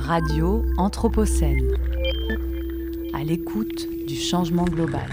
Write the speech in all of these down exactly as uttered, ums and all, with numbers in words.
Radio Anthropocène, à l'écoute du changement global.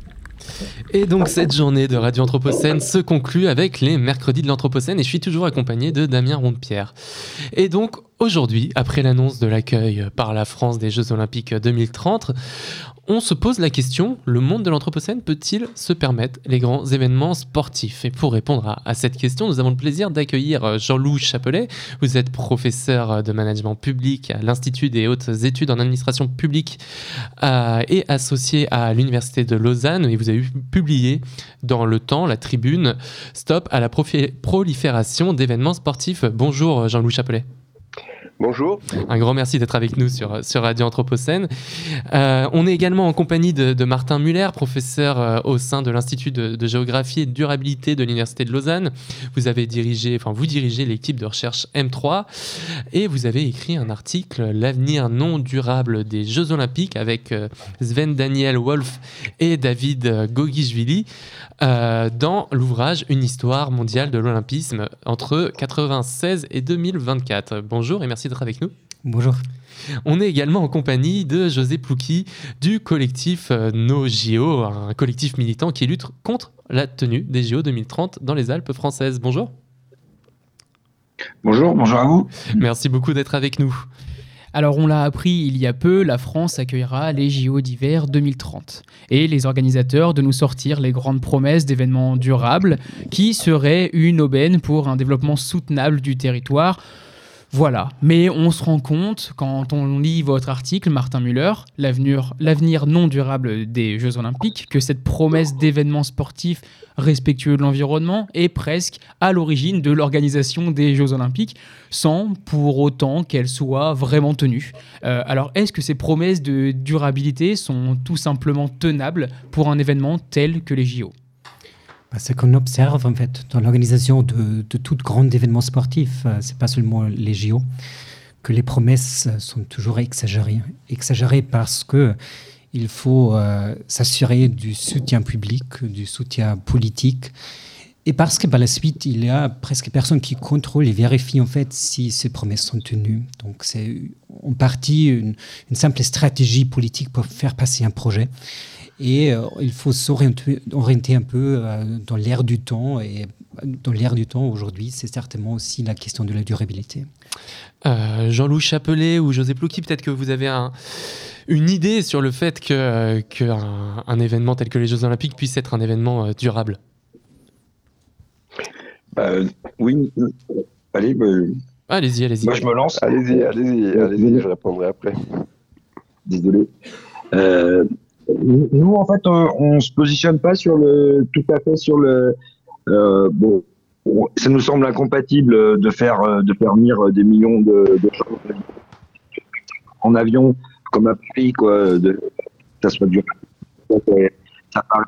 Et donc cette journée de Radio Anthropocène se conclut avec les mercredis de l'Anthropocène et je suis toujours accompagné de Damien Rompierre. Et donc aujourd'hui, après l'annonce de l'accueil par la France des Jeux Olympiques deux mille trente, on se pose la question, le monde de l'Anthropocène peut-il se permettre les grands événements sportifs ? Et pour répondre à, à cette question, nous avons le plaisir d'accueillir Jean-Loup Chapelet. Vous êtes professeur de management public à l'Institut des hautes études en administration publique euh, et associé à l'Université de Lausanne. Et vous avez publié dans Le Temps, la tribune « Stop à la profi- prolifération d'événements sportifs ». Bonjour Jean-Loup Chapelet. Bonjour. Un grand merci d'être avec nous sur, sur Radio Anthropocène. Euh, on est également en compagnie de, de Martin Muller, professeur euh, au sein de l'Institut de, de géographie et de durabilité de l'Université de Lausanne. Vous avez dirigé, enfin vous dirigez l'équipe de recherche M trois et vous avez écrit un article « L'avenir non durable des Jeux Olympiques » avec euh, Sven Daniel Wolf et David Goguishvili euh, dans l'ouvrage « Une histoire mondiale de l'olympisme entre quatre-vingt-seize et deux mille vingt-quatre ». Bonjour et merci d'être avec nous. Bonjour. On est également en compagnie de José Ploucky du collectif euh, Nos J O, un collectif militant qui lutte contre la tenue des J O deux mille trente dans les Alpes françaises. Bonjour. Bonjour, bonjour à vous. Merci beaucoup d'être avec nous. Alors on l'a appris il y a peu, la France accueillera les J O d'hiver deux mille trente. Et les organisateurs de nous sortir les grandes promesses d'événements durables qui seraient une aubaine pour un développement soutenable du territoire. Voilà, mais on se rend compte, quand on lit votre article, Martin Muller, l'avenir, l'avenir non durable des Jeux Olympiques, que cette promesse d'événements sportifs respectueux de l'environnement est presque à l'origine de l'organisation des Jeux Olympiques, sans pour autant qu'elle soit vraiment tenue. Euh, alors, est-ce que ces promesses de durabilité sont tout simplement tenables pour un événement tel que les J O ? Ce qu'on observe en fait dans l'organisation de, de tout grand événement sportif, euh, c'est pas seulement les J O, que les promesses sont toujours exagérées, exagérées parce que il faut euh, s'assurer du soutien public, du soutien politique, et parce que par la suite il y a presque personne qui contrôle et vérifie en fait si ces promesses sont tenues. Donc c'est en partie une, une simple stratégie politique pour faire passer un projet. Et euh, il faut s'orienter orienter un peu euh, dans l'air du temps. Et dans l'air du temps, aujourd'hui, c'est certainement aussi la question de la durabilité. Euh, Jean-Loup Chapelet ou José Ploucky, peut-être que vous avez un, une idée sur le fait qu'un euh, que un, un événement tel que les Jeux Olympiques puisse être un événement euh, durable. Bah, oui, allez, bah, allez-y, allez-y. Moi, je me lance. Allez-y, allez-y, allez-y, je répondrai après. Désolé. Euh, Nous, en fait, on ne se positionne pas sur le, tout à fait sur le. Euh, bon, ça nous semble incompatible de faire, de faire venir des millions de, de gens en avion comme à Paris, quoi. De, ça soit dur. Ça parle.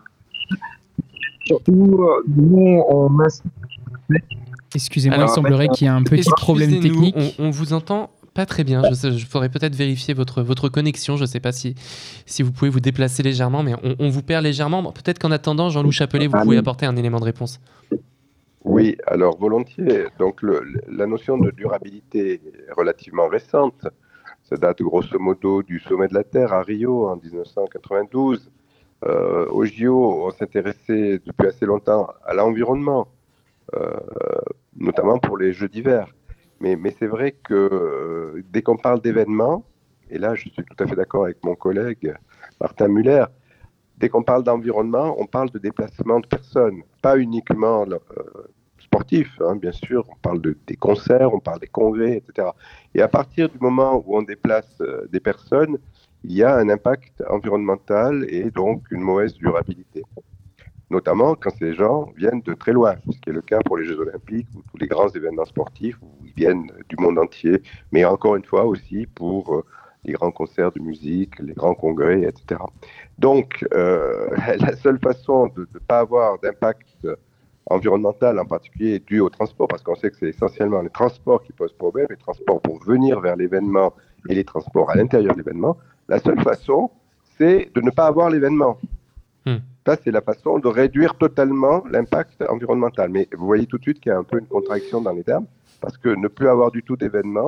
Surtout, nous, on. Excusez-moi, Alors, il semblerait qu'il y a un petit problème technique. On, on vous entend pas très bien. Je, je faudrait peut-être vérifier votre, votre connexion. Je ne sais pas si, si vous pouvez vous déplacer légèrement, mais on, on vous perd légèrement. Peut-être qu'en attendant, Jean-Loup Chapelet, vous pouvez apporter un élément de réponse. Oui, alors volontiers. Donc le, la notion de durabilité est relativement récente. Ça date grosso modo du sommet de la Terre à Rio en dix-neuf cent quatre-vingt-douze. Euh, au J O, on s'intéressait depuis assez longtemps à l'environnement, euh, notamment pour les Jeux d'hiver. Mais, mais c'est vrai que euh, dès qu'on parle d'événements, et là je suis tout à fait d'accord avec mon collègue Martin Muller, dès qu'on parle d'environnement, on parle de déplacement de personnes, pas uniquement euh, sportifs, hein, bien sûr, on parle de, des concerts, on parle des congrès, et cetera. Et à partir du moment où on déplace euh, des personnes, il y a un impact environnemental et donc une mauvaise durabilité. Notamment quand ces gens viennent de très loin, ce qui est le cas pour les Jeux Olympiques ou tous les grands événements sportifs où ils viennent du monde entier, mais encore une fois aussi pour euh, les grands concerts de musique, les grands congrès, et cetera. Donc, euh, la seule façon de ne pas avoir d'impact environnemental, en particulier dû au transport, parce qu'on sait que c'est essentiellement les transports qui posent problème, les transports pour venir vers l'événement et les transports à l'intérieur de l'événement, la seule façon, c'est de ne pas avoir l'événement. Hmm. Ça, c'est la façon de réduire totalement l'impact environnemental. Mais vous voyez tout de suite qu'il y a un peu une contradiction dans les termes, parce que ne plus avoir du tout d'événements,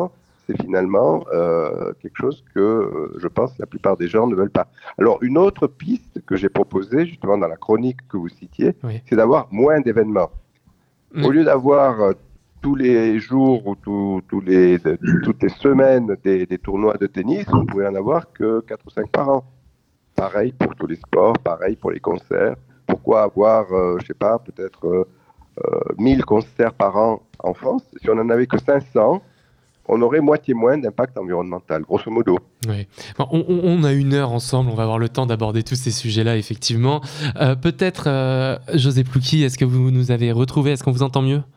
c'est finalement euh, quelque chose que euh, je pense la plupart des gens ne veulent pas. Alors, une autre piste que j'ai proposée, justement dans la chronique que vous citiez, oui. c'est d'avoir moins d'événements. Mmh. Au lieu d'avoir euh, tous les jours ou tout, tous les, de, toutes les semaines des, des tournois de tennis, on pouvait en avoir que quatre ou cinq par an. Pareil pour tous les sports, pareil pour les concerts. Pourquoi avoir, euh, je ne sais pas, peut-être euh, euh, mille concerts par an en France? Si on n'en avait que cinq cents, on aurait moitié moins d'impact environnemental, grosso modo. Oui. Bon, on, on a une heure ensemble, on va avoir le temps d'aborder tous ces sujets-là, effectivement. Euh, peut-être, euh, José Ploucky, est-ce que vous nous avez retrouvés? Est-ce qu'on vous entend mieux?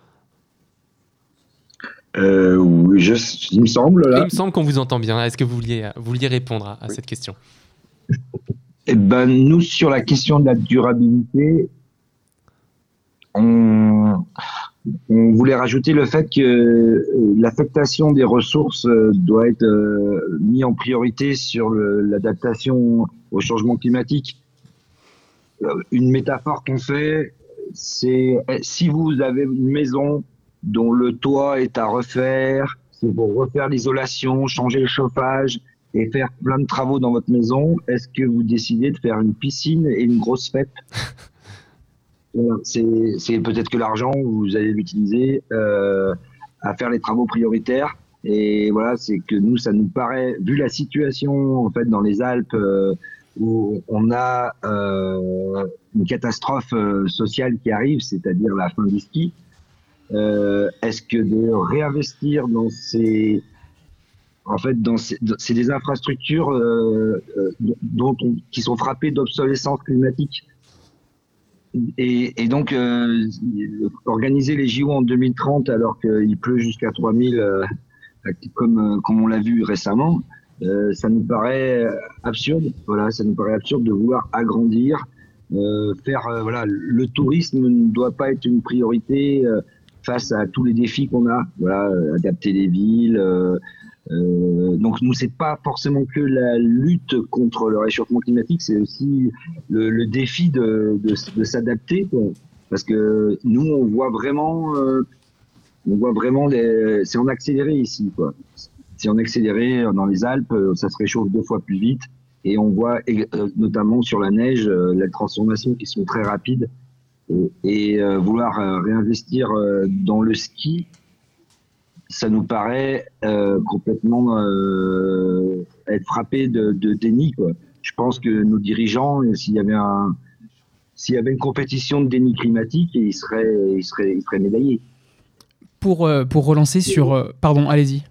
euh, Oui, je, il me semble. Là. Il me semble qu'on vous entend bien. Est-ce que vous vouliez, vous vouliez répondre à, à oui. cette question? Eh ben, nous, sur la question de la durabilité, on... On voulait rajouter le fait que l'affectation des ressources doit être mise en priorité sur le, l'adaptation au changement climatique. Une métaphore qu'on fait, c'est si vous avez une maison dont le toit est à refaire, c'est pour refaire l'isolation, changer le chauffage et faire plein de travaux dans votre maison, est-ce que vous décidez de faire une piscine et une grosse fête ? C'est, c'est peut-être que l'argent, vous allez l'utiliser euh, à faire les travaux prioritaires. Et voilà, c'est que nous, ça nous paraît, vu la situation en fait dans les Alpes euh, où on a euh, une catastrophe euh, sociale qui arrive, c'est-à-dire la fin du ski, euh, est-ce que de réinvestir dans ces, en fait, dans ces, c'est des infrastructures euh, euh, dont on, qui sont frappées d'obsolescence climatique. Et, et donc, euh, organiser les J O en deux mille trente alors qu'il pleut jusqu'à trois mille, euh, comme, comme on l'a vu récemment, euh, ça nous paraît absurde. Voilà, ça nous paraît absurde de vouloir agrandir, euh, faire. Euh, voilà, le tourisme ne doit pas être une priorité euh, face à tous les défis qu'on a. Voilà, euh, adapter les villes. Euh, Euh, donc nous, c'est pas forcément que la lutte contre le réchauffement climatique, c'est aussi le, le défi de, de, de s'adapter, quoi. Parce que nous, on voit vraiment, euh, on voit vraiment, les, c'est en accéléré ici, quoi. C'est en accéléré dans les Alpes, ça se réchauffe deux fois plus vite, et on voit euh, notamment sur la neige euh, les transformations qui sont très rapides, et, et euh, vouloir euh, réinvestir euh, dans le ski. Ça nous paraît euh, complètement euh, être frappé de, de déni, quoi. Je pense que nos dirigeants, s'il y avait un, s'il y avait une compétition de déni climatique, ils seraient, ils seraient, ils seraient médaillés. Pour euh, pour relancer sur, euh, pardon, allez-y.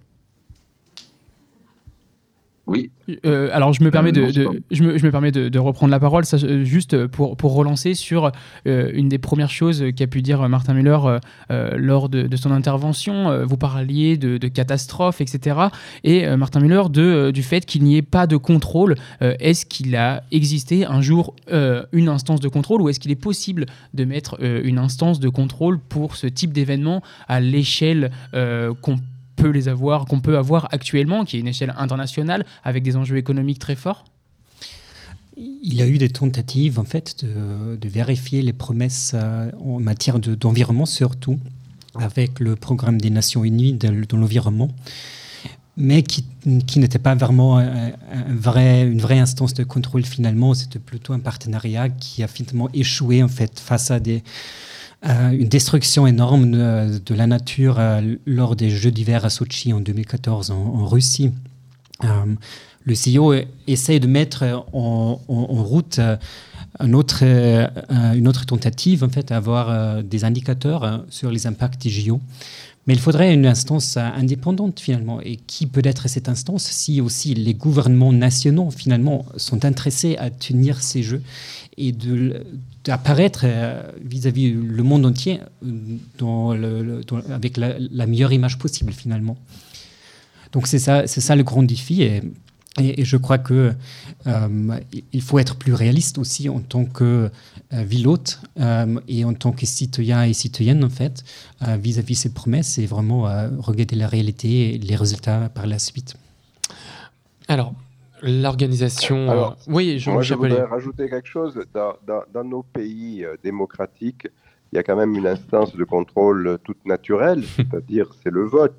Oui. Euh, alors je me permets de, de je me je me permets de, de reprendre la parole, ça, juste pour pour relancer sur euh, une des premières choses qu'a pu dire Martin Müller euh, lors de, de son intervention. Euh, vous parliez de, de catastrophes, et cetera. Et euh, Martin Müller de du fait qu'il n'y ait pas de contrôle. Euh, est-ce qu'il a existé un jour euh, une instance de contrôle, ou est-ce qu'il est possible de mettre euh, une instance de contrôle pour ce type d'événement à l'échelle euh, qu'on peut les avoir, qu'on peut avoir actuellement, qui est une échelle internationale avec des enjeux économiques très forts? Il y a eu des tentatives en fait de, de vérifier les promesses euh, en matière de, d'environnement, surtout avec le programme des Nations Unies de, de l'environnement, mais qui, qui n'était pas vraiment un, un vrai, une vraie instance de contrôle finalement. C'était plutôt un partenariat qui a finalement échoué en fait face à des Euh, une destruction énorme de, de la nature euh, lors des Jeux d'hiver à Sochi en deux mille quatorze en, en Russie. Euh, le C I O essaie de mettre en, en, en route euh, un autre, euh, une autre tentative, en fait, avoir euh, des indicateurs euh, sur les impacts des J O. Mais il faudrait une instance euh, indépendante finalement. Et qui peut être cette instance si aussi les gouvernements nationaux finalement sont intéressés à tenir ces Jeux et de d'apparaître euh, vis-à-vis le monde entier dans le, le, dans, avec la, la meilleure image possible finalement. Donc c'est ça, c'est ça le grand défi, et, et, et je crois que euh, il faut être plus réaliste aussi en tant que euh, ville hôte euh, et en tant que citoyen et citoyenne en fait euh, vis-à-vis ces promesses, et vraiment euh, regarder la réalité et les résultats par la suite. Alors. L'organisation... Alors, euh... Oui, je, moi, je voudrais rajouter quelque chose. Dans, dans, dans nos pays euh, démocratiques, il y a quand même une instance de contrôle toute naturelle, c'est-à-dire c'est le vote.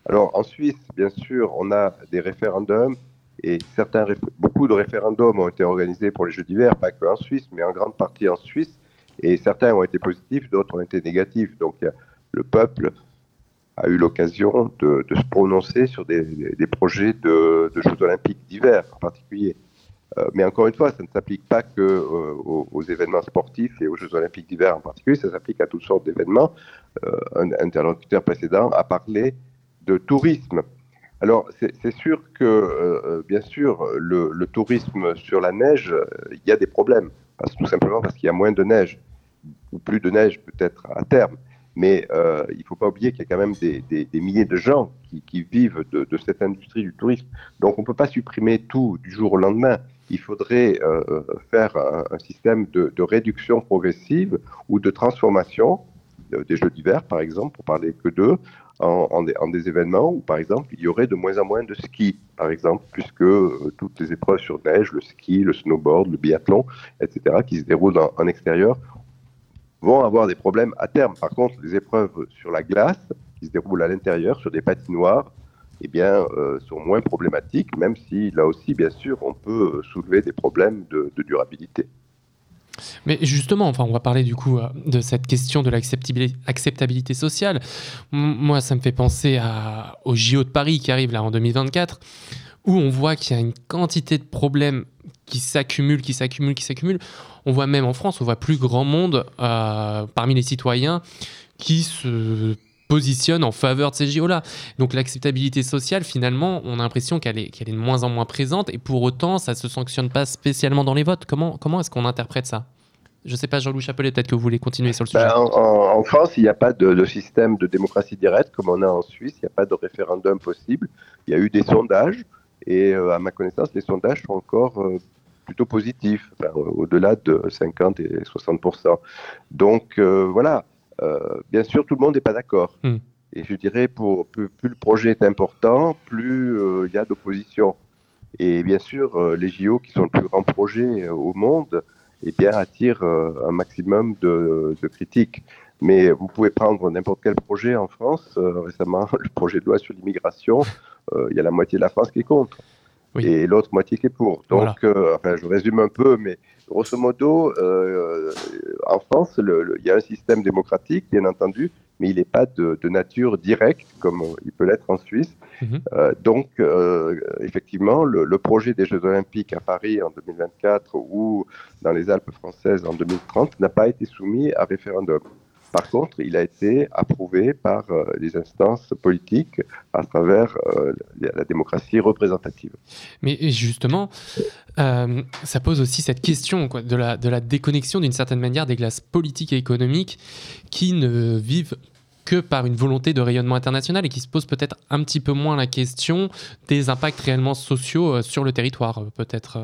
Alors en Suisse, bien sûr, on a des référendums et certains, beaucoup de référendums ont été organisés pour les Jeux d'hiver, pas que en Suisse, mais en grande partie en Suisse. Et certains ont été positifs, d'autres ont été négatifs. Donc le peuple a eu l'occasion de, de se prononcer sur des, des projets de, de Jeux olympiques d'hiver en particulier. Euh, mais encore une fois, ça ne s'applique pas que euh, aux, aux événements sportifs et aux Jeux olympiques d'hiver en particulier, ça s'applique à toutes sortes d'événements. Euh, un interlocuteur précédent a parlé de tourisme. Alors, c'est, c'est sûr que, euh, bien sûr, le, le tourisme sur la neige, il y a des problèmes, parce, tout simplement parce qu'il y a moins de neige, ou plus de neige peut-être à terme. Mais euh, il ne faut pas oublier qu'il y a quand même des, des, des milliers de gens qui, qui vivent de, de cette industrie du tourisme. Donc on ne peut pas supprimer tout du jour au lendemain. Il faudrait euh, faire un, un système de, de réduction progressive ou de transformation de, des Jeux d'hiver, par exemple, pour parler que d'eux, en, en, des, en des événements où, par exemple, il y aurait de moins en moins de ski, par exemple, puisque euh, toutes les épreuves sur neige, le ski, le snowboard, le biathlon, et cetera, qui se déroulent en, en extérieur, vont avoir des problèmes à terme. Par contre, les épreuves sur la glace, qui se déroulent à l'intérieur, sur des patinoires, eh bien, euh, sont moins problématiques, même si, là aussi, bien sûr, on peut soulever des problèmes de, de durabilité. Mais justement, enfin, on va parler du coup de cette question de l'acceptabilité sociale. Moi, ça me fait penser à, au J O de Paris qui arrive là en deux mille vingt-quatre, où on voit qu'il y a une quantité de problèmes qui s'accumulent, qui s'accumulent, qui s'accumulent. On voit même en France, on voit plus grand monde euh, parmi les citoyens qui se positionnent en faveur de ces J O-là. Donc l'acceptabilité sociale, finalement, on a l'impression qu'elle est, qu'elle est de moins en moins présente, et pour autant, ça ne se sanctionne pas spécialement dans les votes. Comment, comment est-ce qu'on interprète ça ? Je ne sais pas, Jean-Louis Chapelet, peut-être que vous voulez continuer sur le sujet. Ben, en, en France, il n'y a pas de, de système de démocratie directe comme on a en Suisse. Il n'y a pas de référendum possible. Il y a eu des sondages, et euh, à ma connaissance, les sondages sont encore euh, plutôt positifs, enfin, au-delà de cinquante et soixante pour cent. Donc euh, voilà, euh, bien sûr, tout le monde n'est pas d'accord. Mmh. Et je dirais, pour, plus, plus le projet est important, plus euh, il y a d'opposition. Et bien sûr, euh, les J O, qui sont le plus grand projet euh, au monde, eh bien, attirent euh, un maximum de, de critiques. Mais vous pouvez prendre n'importe quel projet en France. Euh, récemment, le projet de loi sur l'immigration, euh, il y a la moitié de la France qui est contre. Oui. Et l'autre moitié qui est pour. Donc, voilà. euh, enfin, je résume un peu, mais grosso modo, euh, en France, le, le, il y a un système démocratique, bien entendu, mais il n'est pas de, de nature directe, comme il peut l'être en Suisse. Mm-hmm. Euh, donc, euh, effectivement, le, le projet des Jeux Olympiques à Paris en deux mille vingt-quatre ou dans les Alpes françaises en deux mille trente n'a pas été soumis à référendum. Par contre, il a été approuvé par euh, les instances politiques à travers euh, la, la démocratie représentative. Mais justement, euh, ça pose aussi cette question quoi, de, la, de la déconnexion d'une certaine manière des classes politiques et économiques qui ne vivent que par une volonté de rayonnement international et qui se posent peut-être un petit peu moins la question des impacts réellement sociaux euh, sur le territoire, peut-être.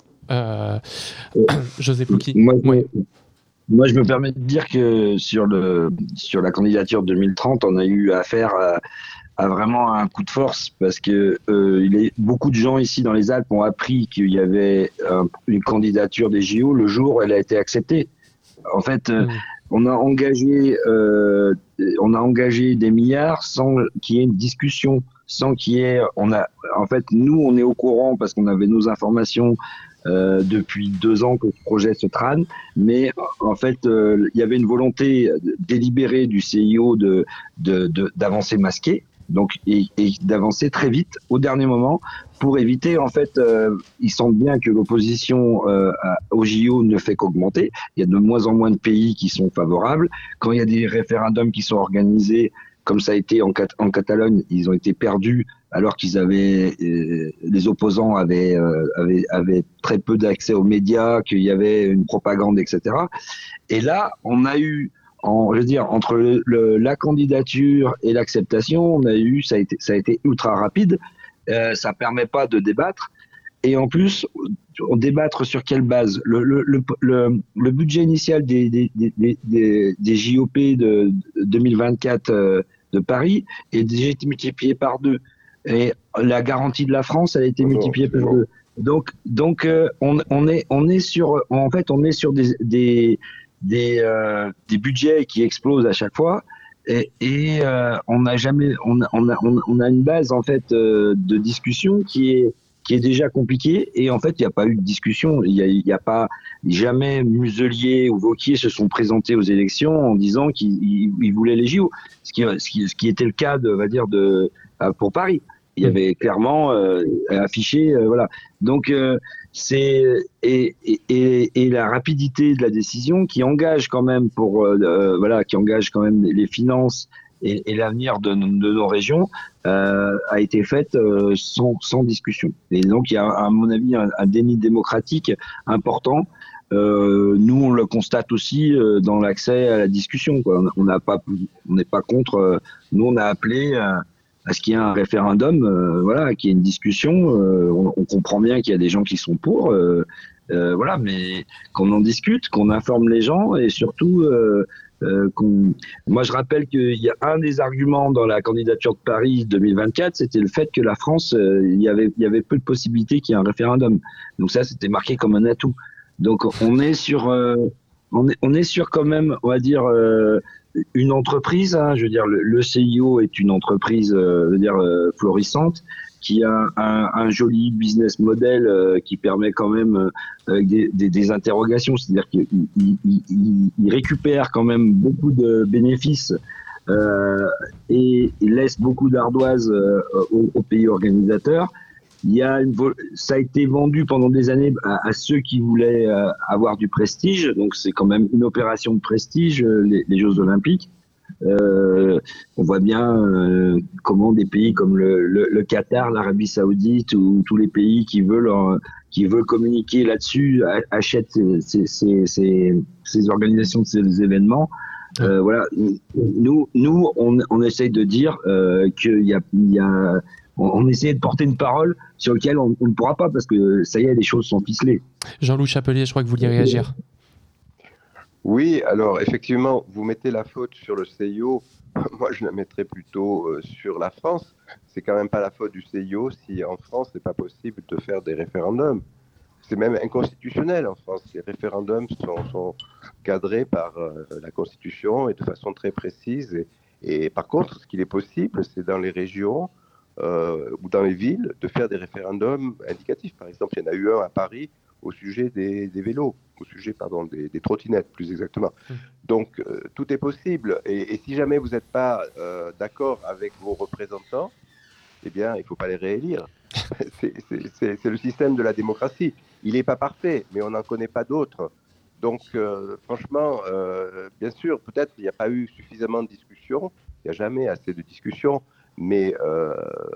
Euh, euh, José Ploucky. Moi, ouais. Moi, je me permets de dire que sur, le, sur la candidature deux mille trente, on a eu affaire à, à vraiment un coup de force parce que euh, il est, beaucoup de gens ici dans les Alpes ont appris qu'il y avait un, une candidature des J O le jour où elle a été acceptée. En fait, mmh. euh, on a engagé, euh, on a engagé des milliards sans qu'il y ait une discussion, sans qu'il y ait, on a, en fait, nous, on est au courant parce qu'on avait nos informations. Euh, depuis deux ans que ce projet se trame, mais en fait, il euh, y avait une volonté délibérée du C I O de, de, de, d'avancer masqué, donc, et, et d'avancer très vite au dernier moment pour éviter, en fait, euh, ils sentent bien que l'opposition euh, au J O ne fait qu'augmenter. Il y a de moins en moins de pays qui sont favorables. Quand il y a des référendums qui sont organisés, comme ça a été en, Cat- en Catalogne, ils ont été perdus alors qu'ils avaient, euh, les opposants avaient, euh, avaient, avaient très peu d'accès aux médias, qu'il y avait une propagande, et cetera. Et là, on a eu, en, je veux dire, entre le, le, la candidature et l'acceptation, on a eu, ça a été, ça a été ultra rapide. Euh, ça permet pas de débattre. Et en plus, on débattre sur quelle base ? Le, le, le, le, le budget initial des, des, des, des, des J O P de deux mille vingt-quatre euh, de Paris est déjà été multiplié par deux. Et la garantie de la France, elle a été multipliée par deux. Donc, donc euh, on, on est, on est sur, en fait, on est sur des, des, des, euh, des budgets qui explosent à chaque fois. et, et euh, on n'a jamais, on a, on a, on a une base en fait euh, de discussion qui est qui est déjà compliquée. Et en fait, il n'y a pas eu de discussion. Il y a, il y a pas jamais Muselier ou Wauquiez se sont présentés aux élections en disant qu'ils ils, ils voulaient les J O, ce qui, ce qui, ce qui était le cas de, on va dire de pour Paris. Il y avait clairement euh, affiché, euh, voilà. Donc euh, c'est et, et, et la rapidité de la décision qui engage quand même pour euh, voilà, qui engage quand même les finances et, et l'avenir de, de nos régions euh, a été faite euh, sans, sans discussion. Et donc il y a à mon avis un, un déni démocratique important. Euh, nous on le constate aussi euh, dans l'accès à la discussion, quoi. On n'a pas, on n'est pas contre. Euh, nous on a appelé. Euh, à ce qu'il y ait un référendum, euh, voilà, qu'il y ait une discussion. Euh, on, on comprend bien qu'il y a des gens qui sont pour, euh, euh, voilà, mais qu'on en discute, qu'on informe les gens et surtout euh, euh, qu'on. Moi, je rappelle qu'il y a un des arguments dans la candidature de Paris deux mille vingt-quatre, c'était le fait que la France, euh, il y avait, il y avait peu de possibilités qu'il y ait un référendum. Donc ça, c'était marqué comme un atout. Donc on est sur, euh, on est, on est sur quand même, on va dire. Euh, une entreprise, hein, je veux dire, le, le C I O est une entreprise, euh, je veux dire, euh, florissante, qui a un, un joli business model euh, qui permet quand même euh, avec des, des, des interrogations, c'est-à-dire qu'il il, il, il récupère quand même beaucoup de bénéfices euh, et il laisse beaucoup d'ardoise euh, aux, aux pays organisateurs. Il y a une, ça a été vendu pendant des années à, à ceux qui voulaient euh, avoir du prestige, donc c'est quand même une opération de prestige, les, les Jeux Olympiques. Euh, on voit bien euh, comment des pays comme le, le, le Qatar, l'Arabie Saoudite ou tous les pays qui veulent euh, qui veulent communiquer là-dessus achètent ces, ces, ces, ces organisations de ces événements. Euh, voilà, nous, nous, on, on essaye de dire euh, qu'il y a, il y a on essaie de porter une parole sur laquelle on, on ne pourra pas parce que ça y est, les choses sont ficelées. Jean-Loup Chapelier, je crois que vous vouliez réagir. Oui, alors effectivement, vous mettez la faute sur le C I O. Moi, je la mettrais plutôt euh, sur la France. C'est quand même pas la faute du C I O si en France, c'est pas possible de faire des référendums. C'est même inconstitutionnel en France. Les référendums sont, sont cadrés par euh, la Constitution et de façon très précise. Et, et par contre, ce qu'il est possible, c'est dans les régions Euh, ou dans les villes, de faire des référendums indicatifs. Par exemple, il y en a eu un à Paris au sujet des, des vélos, au sujet, pardon, des, des trottinettes, plus exactement. Mmh. Donc, euh, tout est possible. Et, et si jamais vous n'êtes pas euh, d'accord avec vos représentants, eh bien, il ne faut pas les réélire. c'est, c'est, c'est, c'est le système de la démocratie. Il n'est pas parfait, mais on n'en connaît pas d'autres. Donc, euh, franchement, euh, bien sûr, peut-être qu'il n'y a pas eu suffisamment de discussions. Il n'y a jamais assez de discussions. Mais euh,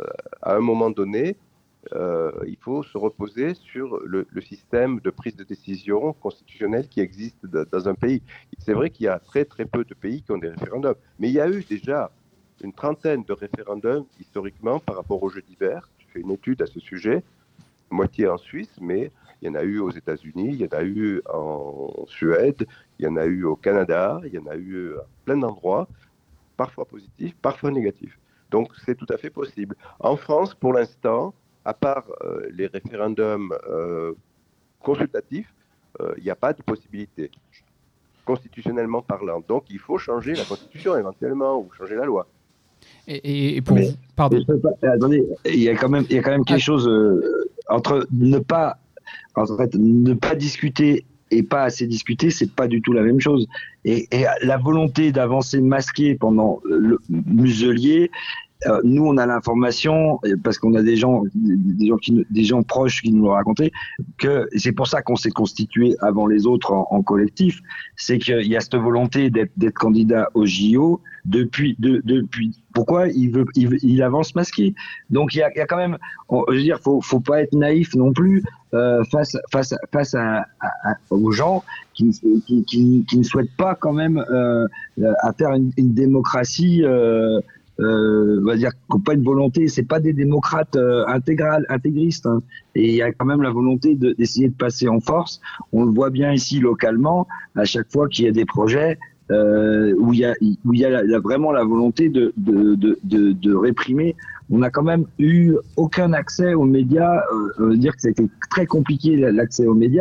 à un moment donné, euh, il faut se reposer sur le, le système de prise de décision constitutionnelle qui existe de, dans un pays. C'est vrai qu'il y a très très peu de pays qui ont des référendums, mais il y a eu déjà une trentaine de référendums historiquement par rapport aux Jeux d'hiver. J'ai fait une étude à ce sujet, moitié en Suisse, mais il y en a eu aux États-Unis, il y en a eu en Suède, il y en a eu au Canada, il y en a eu à plein d'endroits, parfois positifs, parfois négatifs. Donc, c'est tout à fait possible. En France, pour l'instant, à part euh, les référendums euh, consultatifs, il euh, n'y a pas de possibilité, constitutionnellement parlant. Donc, il faut changer la Constitution éventuellement, ou changer la loi. Et, et pour mais, vous, pardon. Pas, attendez, il y a quand même, il y a quand même quelque ah. chose euh, entre ne pas, en fait, ne pas discuter et pas assez discuter, c'est pas du tout la même chose. Et, et la volonté d'avancer masqué pendant le Muselier, euh, nous on a l'information parce qu'on a des gens, des gens qui, des gens proches qui nous l'ont raconté, que c'est pour ça qu'on s'est constitué avant les autres en, en collectif, c'est qu'il y a cette volonté d'être, d'être candidat au J O depuis, de, depuis. Pourquoi il veut, il, il avance masqué. Donc il y a, il y a quand même, on, je veux dire, faut, faut pas être naïf non plus euh, face, face, face à, à, à, aux gens qui, qui, qui, qui ne souhaitent pas quand même euh, à faire une, une démocratie. Euh, euh, on va dire qu'on n'a pas une volonté, c'est pas des démocrates euh, intégrales, intégristes, hein. Et il y a quand même la volonté de, d'essayer de passer en force. On le voit bien ici localement, à chaque fois qu'il y a des projets. Euh, où il y a où il y a, la, la, vraiment la volonté de de, de de de réprimer. On n'a quand même eu aucun accès aux médias. Euh, on veut dire que ça a été très compliqué l'accès aux médias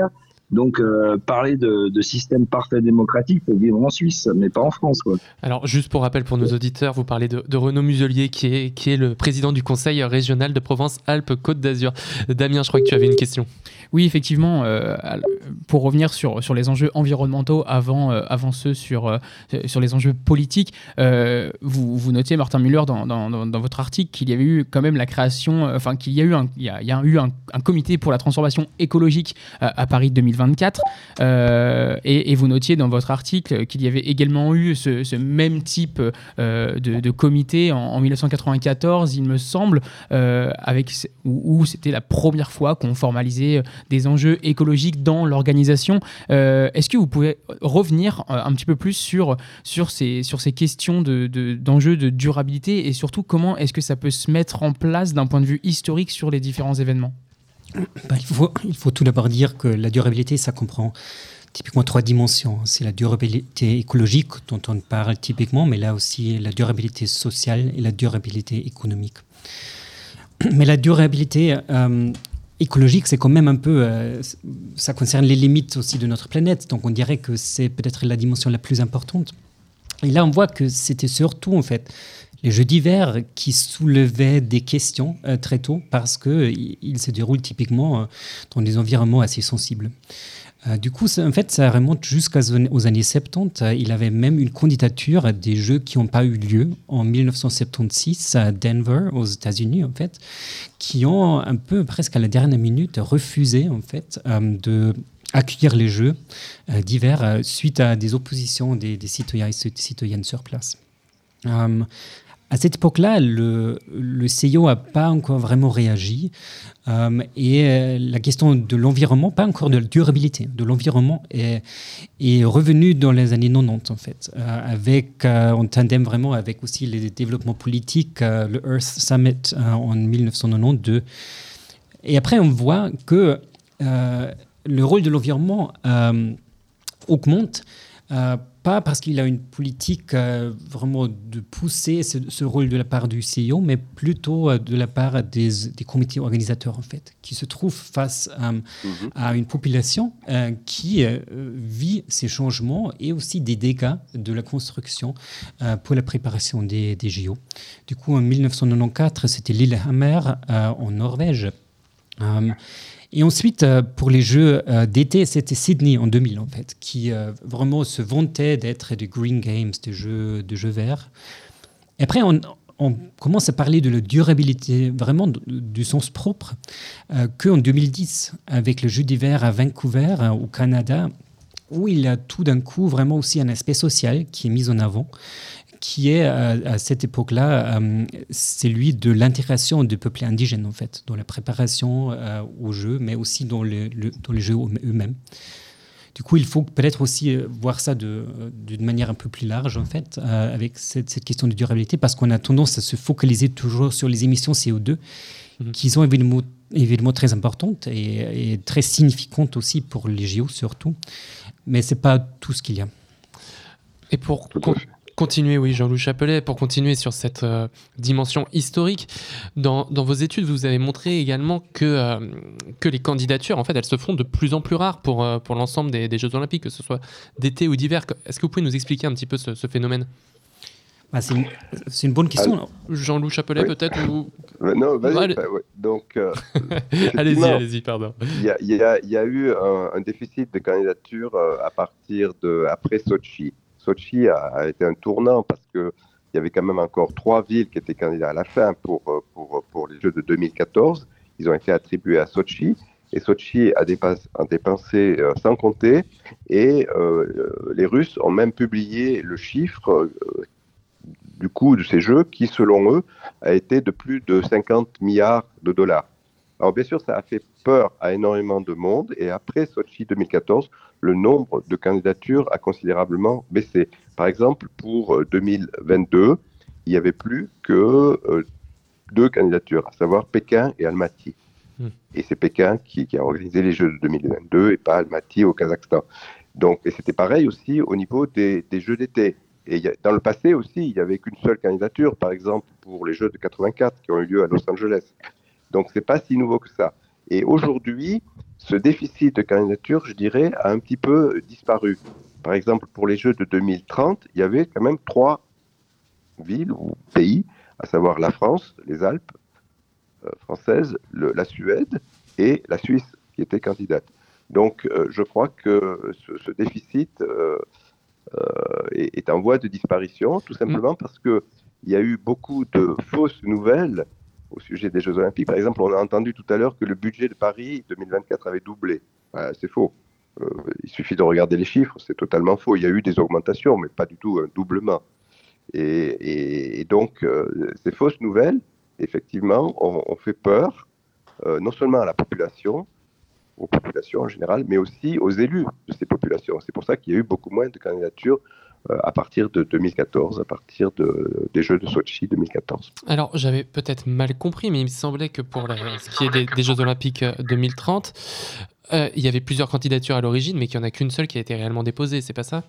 Donc, euh, parler de, de système parfait démocratique, faut vivre en Suisse, mais pas en France, quoi. Alors, juste pour rappel pour nos auditeurs, vous parlez de, de Renaud Muselier, qui est, qui est le président du Conseil régional de Provence-Alpes-Côte d'Azur. Damien, je crois que tu avais une question. Oui, effectivement, euh, pour revenir sur, sur les enjeux environnementaux avant, euh, avant ceux sur, euh, sur les enjeux politiques, euh, vous, vous notiez, Martin Müller, dans, dans, dans, dans votre article, qu'il y avait eu quand même la création, euh, enfin qu'il y a eu, un, il y a, il y a eu un, un comité pour la transformation écologique euh, à Paris deux mille vingt-quatre, euh, et, et vous notiez dans votre article qu'il y avait également eu ce, ce même type euh, de, de comité en, en dix-neuf cent quatre-vingt-quatorze, il me semble, euh, avec, où, où c'était la première fois qu'on formalisait des enjeux écologiques dans l'organisation. Euh, est-ce que vous pouvez revenir euh, un petit peu plus sur, sur, ces, sur ces questions de, de, d'enjeux de durabilité et surtout comment est-ce que ça peut se mettre en place d'un point de vue historique sur les différents événements ? Ben, il, faut, il faut tout d'abord dire que la durabilité, ça comprend typiquement trois dimensions. C'est la durabilité écologique dont on parle typiquement, mais là aussi la durabilité sociale et la durabilité économique. Mais la durabilité euh, écologique, c'est quand même un peu, euh, ça concerne les limites aussi de notre planète, donc on dirait que c'est peut-être la dimension la plus importante. Et là, on voit que c'était surtout, en fait, les Jeux d'hiver qui soulevaient des questions euh, très tôt parce qu'ils ils se déroulent typiquement euh, dans des environnements assez sensibles. Euh, du coup, ça, en fait, ça remonte jusqu'aux années soixante-dix. Il avait même une candidature à des Jeux qui n'ont pas eu lieu en dix-neuf cent soixante-seize à Denver, aux États-Unis, en fait, qui ont un peu, presque à la dernière minute, refusé, en fait, euh, de accueillir les Jeux euh, d'hiver euh, suite à des oppositions des, des citoyens et citoyennes sur place. Euh, À cette époque-là, le, le C I O n'a pas encore vraiment réagi euh, et euh, la question de l'environnement, pas encore de la durabilité, de l'environnement est, est revenue dans les années quatre-vingt-dix en fait, euh, avec, euh, en tandem vraiment avec aussi les développements politiques, euh, le Earth Summit euh, en dix-neuf cent quatre-vingt-douze. Et après, on voit que euh, le rôle de l'environnement euh, augmente. Euh, pas parce qu'il a une politique euh, vraiment de pousser ce, ce rôle de la part du C I O, mais plutôt euh, de la part des, des comités organisateurs, en fait, qui se trouvent face euh, mm-hmm. à une population euh, qui euh, vit ces changements et aussi des dégâts de la construction euh, pour la préparation des, des J O. Du coup, en dix-neuf cent quatre-vingt-quatorze, c'était Lillehammer euh, en Norvège. Euh, Et ensuite, pour les Jeux d'été, c'était Sydney en deux mille, en fait, qui euh, vraiment se vantait d'être des Green Games, des Jeux, des jeux verts. Et après, on, on commence à parler de la durabilité, vraiment du sens propre, euh, qu'en deux mille dix, avec le Jeu d'hiver à Vancouver, euh, au Canada, où il y a tout d'un coup vraiment aussi un aspect social qui est mis en avant, qui est à cette époque-là euh, celui de l'intégration des peuples indigènes, en fait, dans la préparation euh, aux Jeux, mais aussi dans, le, le, dans les Jeux eux-mêmes. Du coup, il faut peut-être aussi voir ça de, d'une manière un peu plus large, en fait, euh, avec cette, cette question de durabilité, parce qu'on a tendance à se focaliser toujours sur les émissions C O deux, mmh. qui sont évidemment, évidemment très importantes et, et très significantes aussi pour les J O, surtout. Mais ce n'est pas tout ce qu'il y a. Et pour... Continuer, oui, Jean-Loup Chapelet, pour continuer sur cette euh, dimension historique, dans, dans vos études, vous avez montré également que, euh, que les candidatures, en fait, elles se font de plus en plus rares pour, euh, pour l'ensemble des, des Jeux Olympiques, que ce soit d'été ou d'hiver. Est-ce que vous pouvez nous expliquer un petit peu ce, ce phénomène ? Bah, c'est, une, c'est une bonne question. Ah, Jean-Loup Chapelet, oui. peut-être ou... Non, vas-y. Allez. Bah, ouais. Donc, euh, allez-y, allez-y, pardon. Il y a, y a, y a eu un, un déficit de candidatures euh, à partir de après Sochi. Sochi a, a été un tournant parce qu'il y avait quand même encore trois villes qui étaient candidates à la fin pour, pour, pour les Jeux de deux mille quatorze. Ils ont été attribués à Sochi et Sochi a dépensé, a dépensé euh, sans compter. Et euh, les Russes ont même publié le chiffre euh, du coût de ces Jeux qui, selon eux, a été de plus de cinquante milliards de dollars. Alors bien sûr, ça a fait peur à énormément de monde et après Sochi deux mille quatorze, le nombre de candidatures a considérablement baissé. Par exemple, pour deux mille vingt-deux, il n'y avait plus que euh, deux candidatures, à savoir Pékin et Almaty. Mmh. Et c'est Pékin qui, qui a organisé les Jeux de deux mille vingt-deux et pas Almaty au Kazakhstan. Donc, et c'était pareil aussi au niveau des, des Jeux d'été. Et y a, dans le passé aussi, il n'y avait qu'une seule candidature, par exemple pour les Jeux de quatre-vingt-quatre qui ont eu lieu à Los Angeles. Donc, ce n'est pas si nouveau que ça. Et aujourd'hui, ce déficit de candidature, je dirais, a un petit peu disparu. Par exemple, pour les Jeux de deux mille trente, il y avait quand même trois villes ou pays, à savoir la France, les Alpes euh, françaises, le, la Suède et la Suisse qui étaient candidates. Donc, euh, je crois que ce, ce déficit euh, euh, est, est en voie de disparition, tout simplement parce qu'il y a eu beaucoup de fausses nouvelles au sujet des Jeux Olympiques. Par exemple, on a entendu tout à l'heure que le budget de Paris deux mille vingt-quatre avait doublé. Euh, c'est faux. Euh, il suffit de regarder les chiffres, c'est totalement faux. Il y a eu des augmentations, mais pas du tout un doublement. Et, et, et donc, euh, ces fausses nouvelles, effectivement, ont, ont fait peur, euh, non seulement à la population, aux populations en général, mais aussi aux élus de ces populations. C'est pour ça qu'il y a eu beaucoup moins de candidatures euh, à partir de deux mille quatorze, à partir de, des Jeux de Sochi deux mille quatorze. Alors, j'avais peut-être mal compris, mais il me semblait que pour la, ce qui est des, des Jeux Olympiques deux mille trente, euh, il y avait plusieurs candidatures à l'origine, mais qu'il n'y en a qu'une seule qui a été réellement déposée, c'est pas ça ?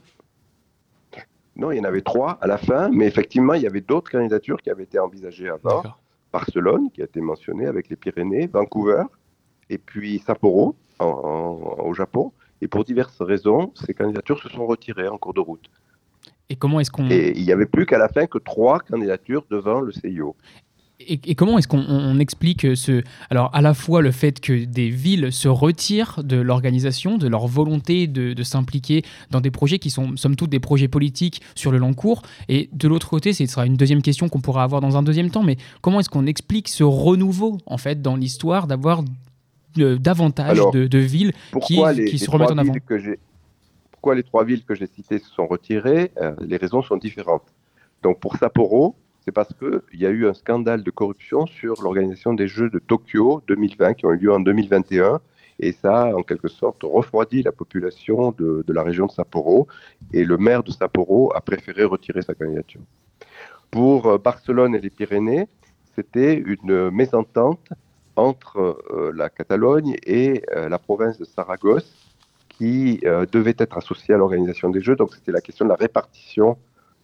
Non, il y en avait trois à la fin, mais effectivement, il y avait d'autres candidatures qui avaient été envisagées avant. D'accord. Barcelone, qui a été mentionné avec les Pyrénées, Vancouver, et puis Sapporo, en, en, au Japon. Et pour diverses raisons, ces candidatures se sont retirées en cours de route. Et comment est-ce qu'on... Et il n'y avait plus qu'à la fin que trois candidatures devant le C I O. Et, et comment est-ce qu'on on explique ce... Alors, à la fois le fait que des villes se retirent de l'organisation, de leur volonté de, de s'impliquer dans des projets qui sont, somme toute, des projets politiques sur le long cours. Et de l'autre côté, ce sera une deuxième question qu'on pourra avoir dans un deuxième temps, mais comment est-ce qu'on explique ce renouveau, en fait, dans l'histoire, d'avoir de, davantage Alors, de, de villes qui, les, qui les se remettent en avant que j'ai, Pourquoi les trois villes que j'ai citées se sont retirées euh, Les raisons sont différentes. Donc, pour Sapporo, c'est parce qu'il y a eu un scandale de corruption sur l'organisation des Jeux de Tokyo deux mille vingt qui ont eu lieu en deux mille vingt et un. Et ça a en quelque sorte refroidi la population de, de la région de Sapporo. Et le maire de Sapporo a préféré retirer sa candidature. Pour euh, Barcelone et les Pyrénées, c'était une mésentente entre euh, la Catalogne et euh, la province de Saragosse qui euh, devait être associée à l'organisation des Jeux. Donc c'était la question de la répartition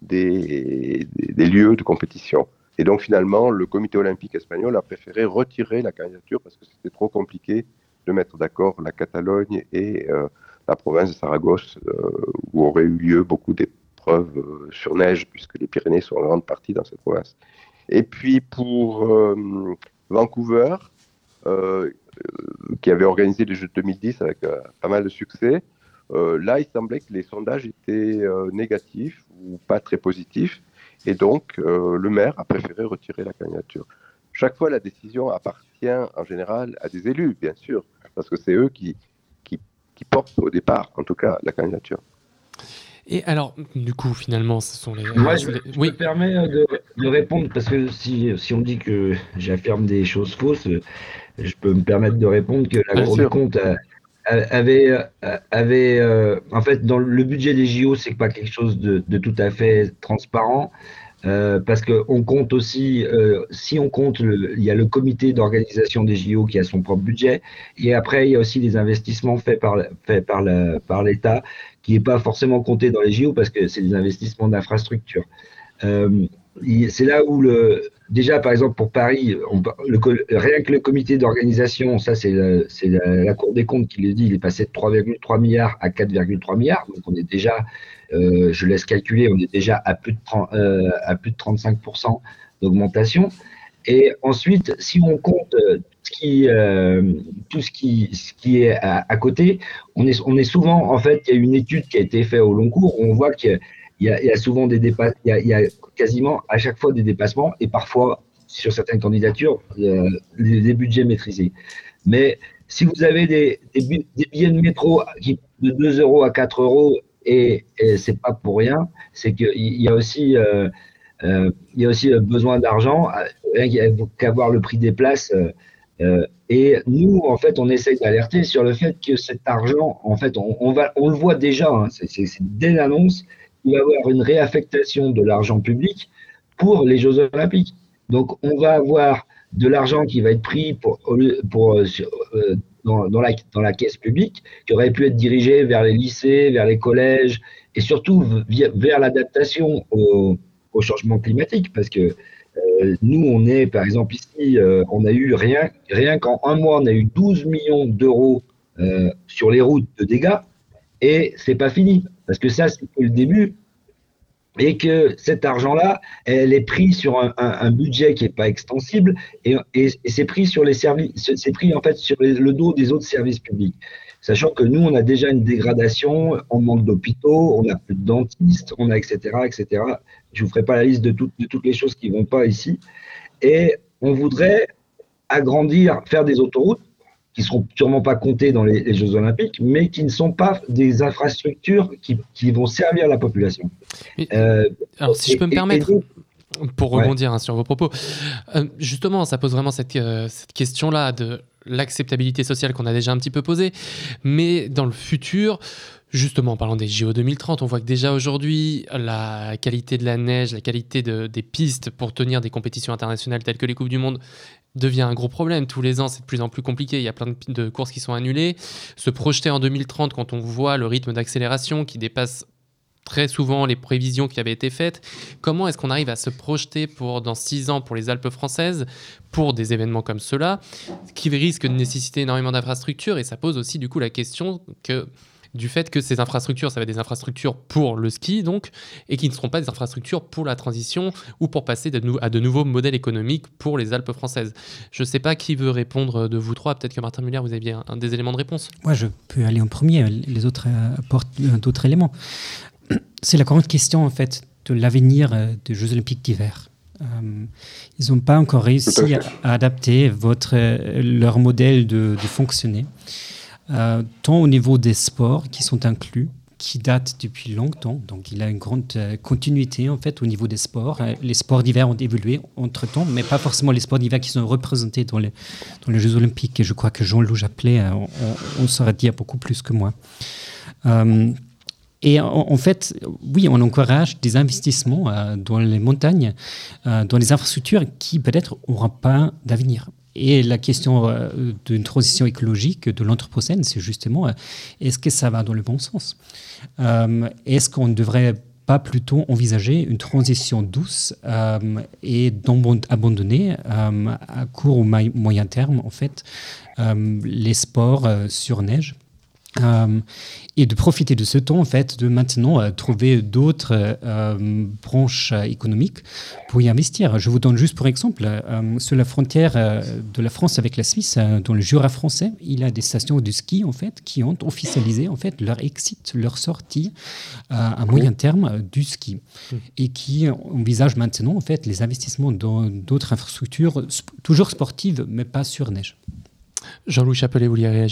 Des, des, des lieux de compétition. Et donc finalement, le comité olympique espagnol a préféré retirer la candidature parce que c'était trop compliqué de mettre d'accord la Catalogne et euh, la province de Saragosse, euh, où auraient eu lieu beaucoup d'épreuves euh, sur neige, puisque les Pyrénées sont en grande partie dans cette province. Et puis pour euh, Vancouver, euh, qui avait organisé les Jeux de deux mille dix avec euh, pas mal de succès, Euh, là, il semblait que les sondages étaient euh, négatifs ou pas très positifs, et donc euh, le maire a préféré retirer la candidature. Chaque fois, la décision appartient en général à des élus, bien sûr, parce que c'est eux qui, qui, qui portent au départ, en tout cas, la candidature. Et alors, du coup, finalement, ce sont les... Moi, je, les... je oui. me permets de, de répondre, parce que si, si on dit que j'affirme des choses fausses, je peux me permettre de répondre que la Cour des comptes a... avait, avait euh, en fait, dans le budget des J O, c'est pas quelque chose de, de tout à fait transparent, euh, parce qu'on compte aussi, euh, si on compte, le, il y a le comité d'organisation des J O qui a son propre budget, et après, il y a aussi des investissements faits par, faits par, la, par l'État, qui n'est pas forcément compté dans les J O, parce que c'est des investissements d'infrastructure. Euh, c'est là où, le, déjà, par exemple, pour Paris, on, le, rien que le comité d'organisation, ça, c'est, la, c'est la, la Cour des comptes qui le dit, il est passé de trois virgule trois milliards à quatre virgule trois milliards. Donc, on est déjà, euh, je laisse calculer, on est déjà à plus de, trente, euh, à plus de trente-cinq pour cent d'augmentation. Et ensuite, si on compte ce qui, euh, tout ce qui, ce qui est à, à côté, on est, on est souvent, en fait, il y a une étude qui a été faite au long cours où on voit qu'il y a Il y, a, il y a souvent des dépassements, il, il y a quasiment à chaque fois des dépassements et parfois, sur certaines candidatures, euh, des, des budgets maîtrisés. Mais si vous avez des, des, des billets de métro qui, de deux euros à quatre euros, et, et ce n'est pas pour rien, c'est qu'il y a aussi, euh, euh, il y a aussi besoin d'argent, il n'y a qu'à voir le prix des places. Euh, euh, et nous, en fait, on essaye d'alerter sur le fait que cet argent, en fait, on, on, va, on le voit déjà, hein, c'est, c'est, c'est dès l'annonce, il va y avoir une réaffectation de l'argent public pour les Jeux Olympiques. Donc, on va avoir de l'argent qui va être pris pour, pour, euh, dans, dans, la, dans la caisse publique, qui aurait pu être dirigé vers les lycées, vers les collèges, et surtout via, vers l'adaptation au, au changement climatique. Parce que euh, nous, on est, par exemple, ici, euh, on a eu rien, rien qu'en un mois, on a eu douze millions d'euros euh, sur les routes de dégâts. Et c'est pas fini, parce que ça, c'est que le début. Et que cet argent-là, elle est pris sur un, un, un budget qui n'est pas extensible, et, et, et c'est pris sur les services, c'est pris en fait sur les, le dos des autres services publics. Sachant que nous, on a déjà une dégradation, on manque d'hôpitaux, on n'a plus de dentistes, on a et cetera, et cetera. Je vous ferai pas la liste de, tout, de toutes les choses qui vont pas ici. Et on voudrait agrandir, faire des autoroutes qui ne seront sûrement pas comptées dans les, les Jeux Olympiques, mais qui ne sont pas des infrastructures qui, qui vont servir la population. Et, euh, alors, si et, je peux me permettre, donc, pour rebondir ouais. hein, sur vos propos, euh, justement, ça pose vraiment cette, euh, cette question-là de l'acceptabilité sociale qu'on a déjà un petit peu posée, mais dans le futur, justement, en parlant des J O deux mille trente, on voit que déjà aujourd'hui, la qualité de la neige, la qualité de, des pistes pour tenir des compétitions internationales telles que les Coupes du Monde devient un gros problème. Tous les ans, c'est de plus en plus compliqué. Il y a plein de, de courses qui sont annulées. Se projeter en deux mille trente, quand on voit le rythme d'accélération qui dépasse très souvent les prévisions qui avaient été faites, comment est-ce qu'on arrive à se projeter pour, dans six ans pour les Alpes françaises, pour des événements comme ceux-là, qui risquent de nécessiter énormément d'infrastructures, et ça pose aussi du coup la question que... du fait que ces infrastructures, ça va être des infrastructures pour le ski, donc, et qui ne seront pas des infrastructures pour la transition ou pour passer de nou- à de nouveaux modèles économiques pour les Alpes françaises. Je ne sais pas qui veut répondre de vous trois. Peut-être que Martin Muller, vous aviez un, un des éléments de réponse. Moi, je peux aller en premier. Les autres euh, apportent euh, d'autres éléments. C'est la grande question, en fait, de l'avenir euh, des Jeux Olympiques d'hiver. Euh, ils n'ont pas encore réussi à, à adapter votre, euh, leur modèle de, de fonctionner. Euh, tant au niveau des sports qui sont inclus, qui datent depuis longtemps. Donc, il a une grande euh, continuité, en fait, au niveau des sports. Euh, les sports d'hiver ont évolué entre-temps, mais pas forcément les sports d'hiver qui sont représentés dans les, dans les Jeux Olympiques. Et je crois que Jean-Loup Jappelet, euh, on, on saurait dire beaucoup plus que moi. Euh, Et en, en fait, oui, on encourage des investissements euh, dans les montagnes, euh, dans les infrastructures qui peut-être n'auront pas d'avenir. Et la question euh, d'une transition écologique de l'Anthropocène, c'est justement, euh, est-ce que ça va dans le bon sens ? euh, Est-ce qu'on ne devrait pas plutôt envisager une transition douce euh, et abandonner euh, à court ou moyen terme, en fait, euh, les sports euh, sur neige ? Euh, et de profiter de ce temps, en fait, de maintenant euh, trouver d'autres euh, branches euh, économiques pour y investir. Je vous donne juste pour exemple, euh, sur la frontière euh, de la France avec la Suisse, euh, dans le Jura français, il y a des stations de ski, en fait, qui ont officialisé, en fait, leur exit, leur sortie euh, à moyen terme euh, du ski. Mmh. Et qui envisagent maintenant, en fait, les investissements dans d'autres infrastructures, sp- toujours sportives, mais pas sur neige. Jean-Loup Jappelet, vous vouliez réagir ?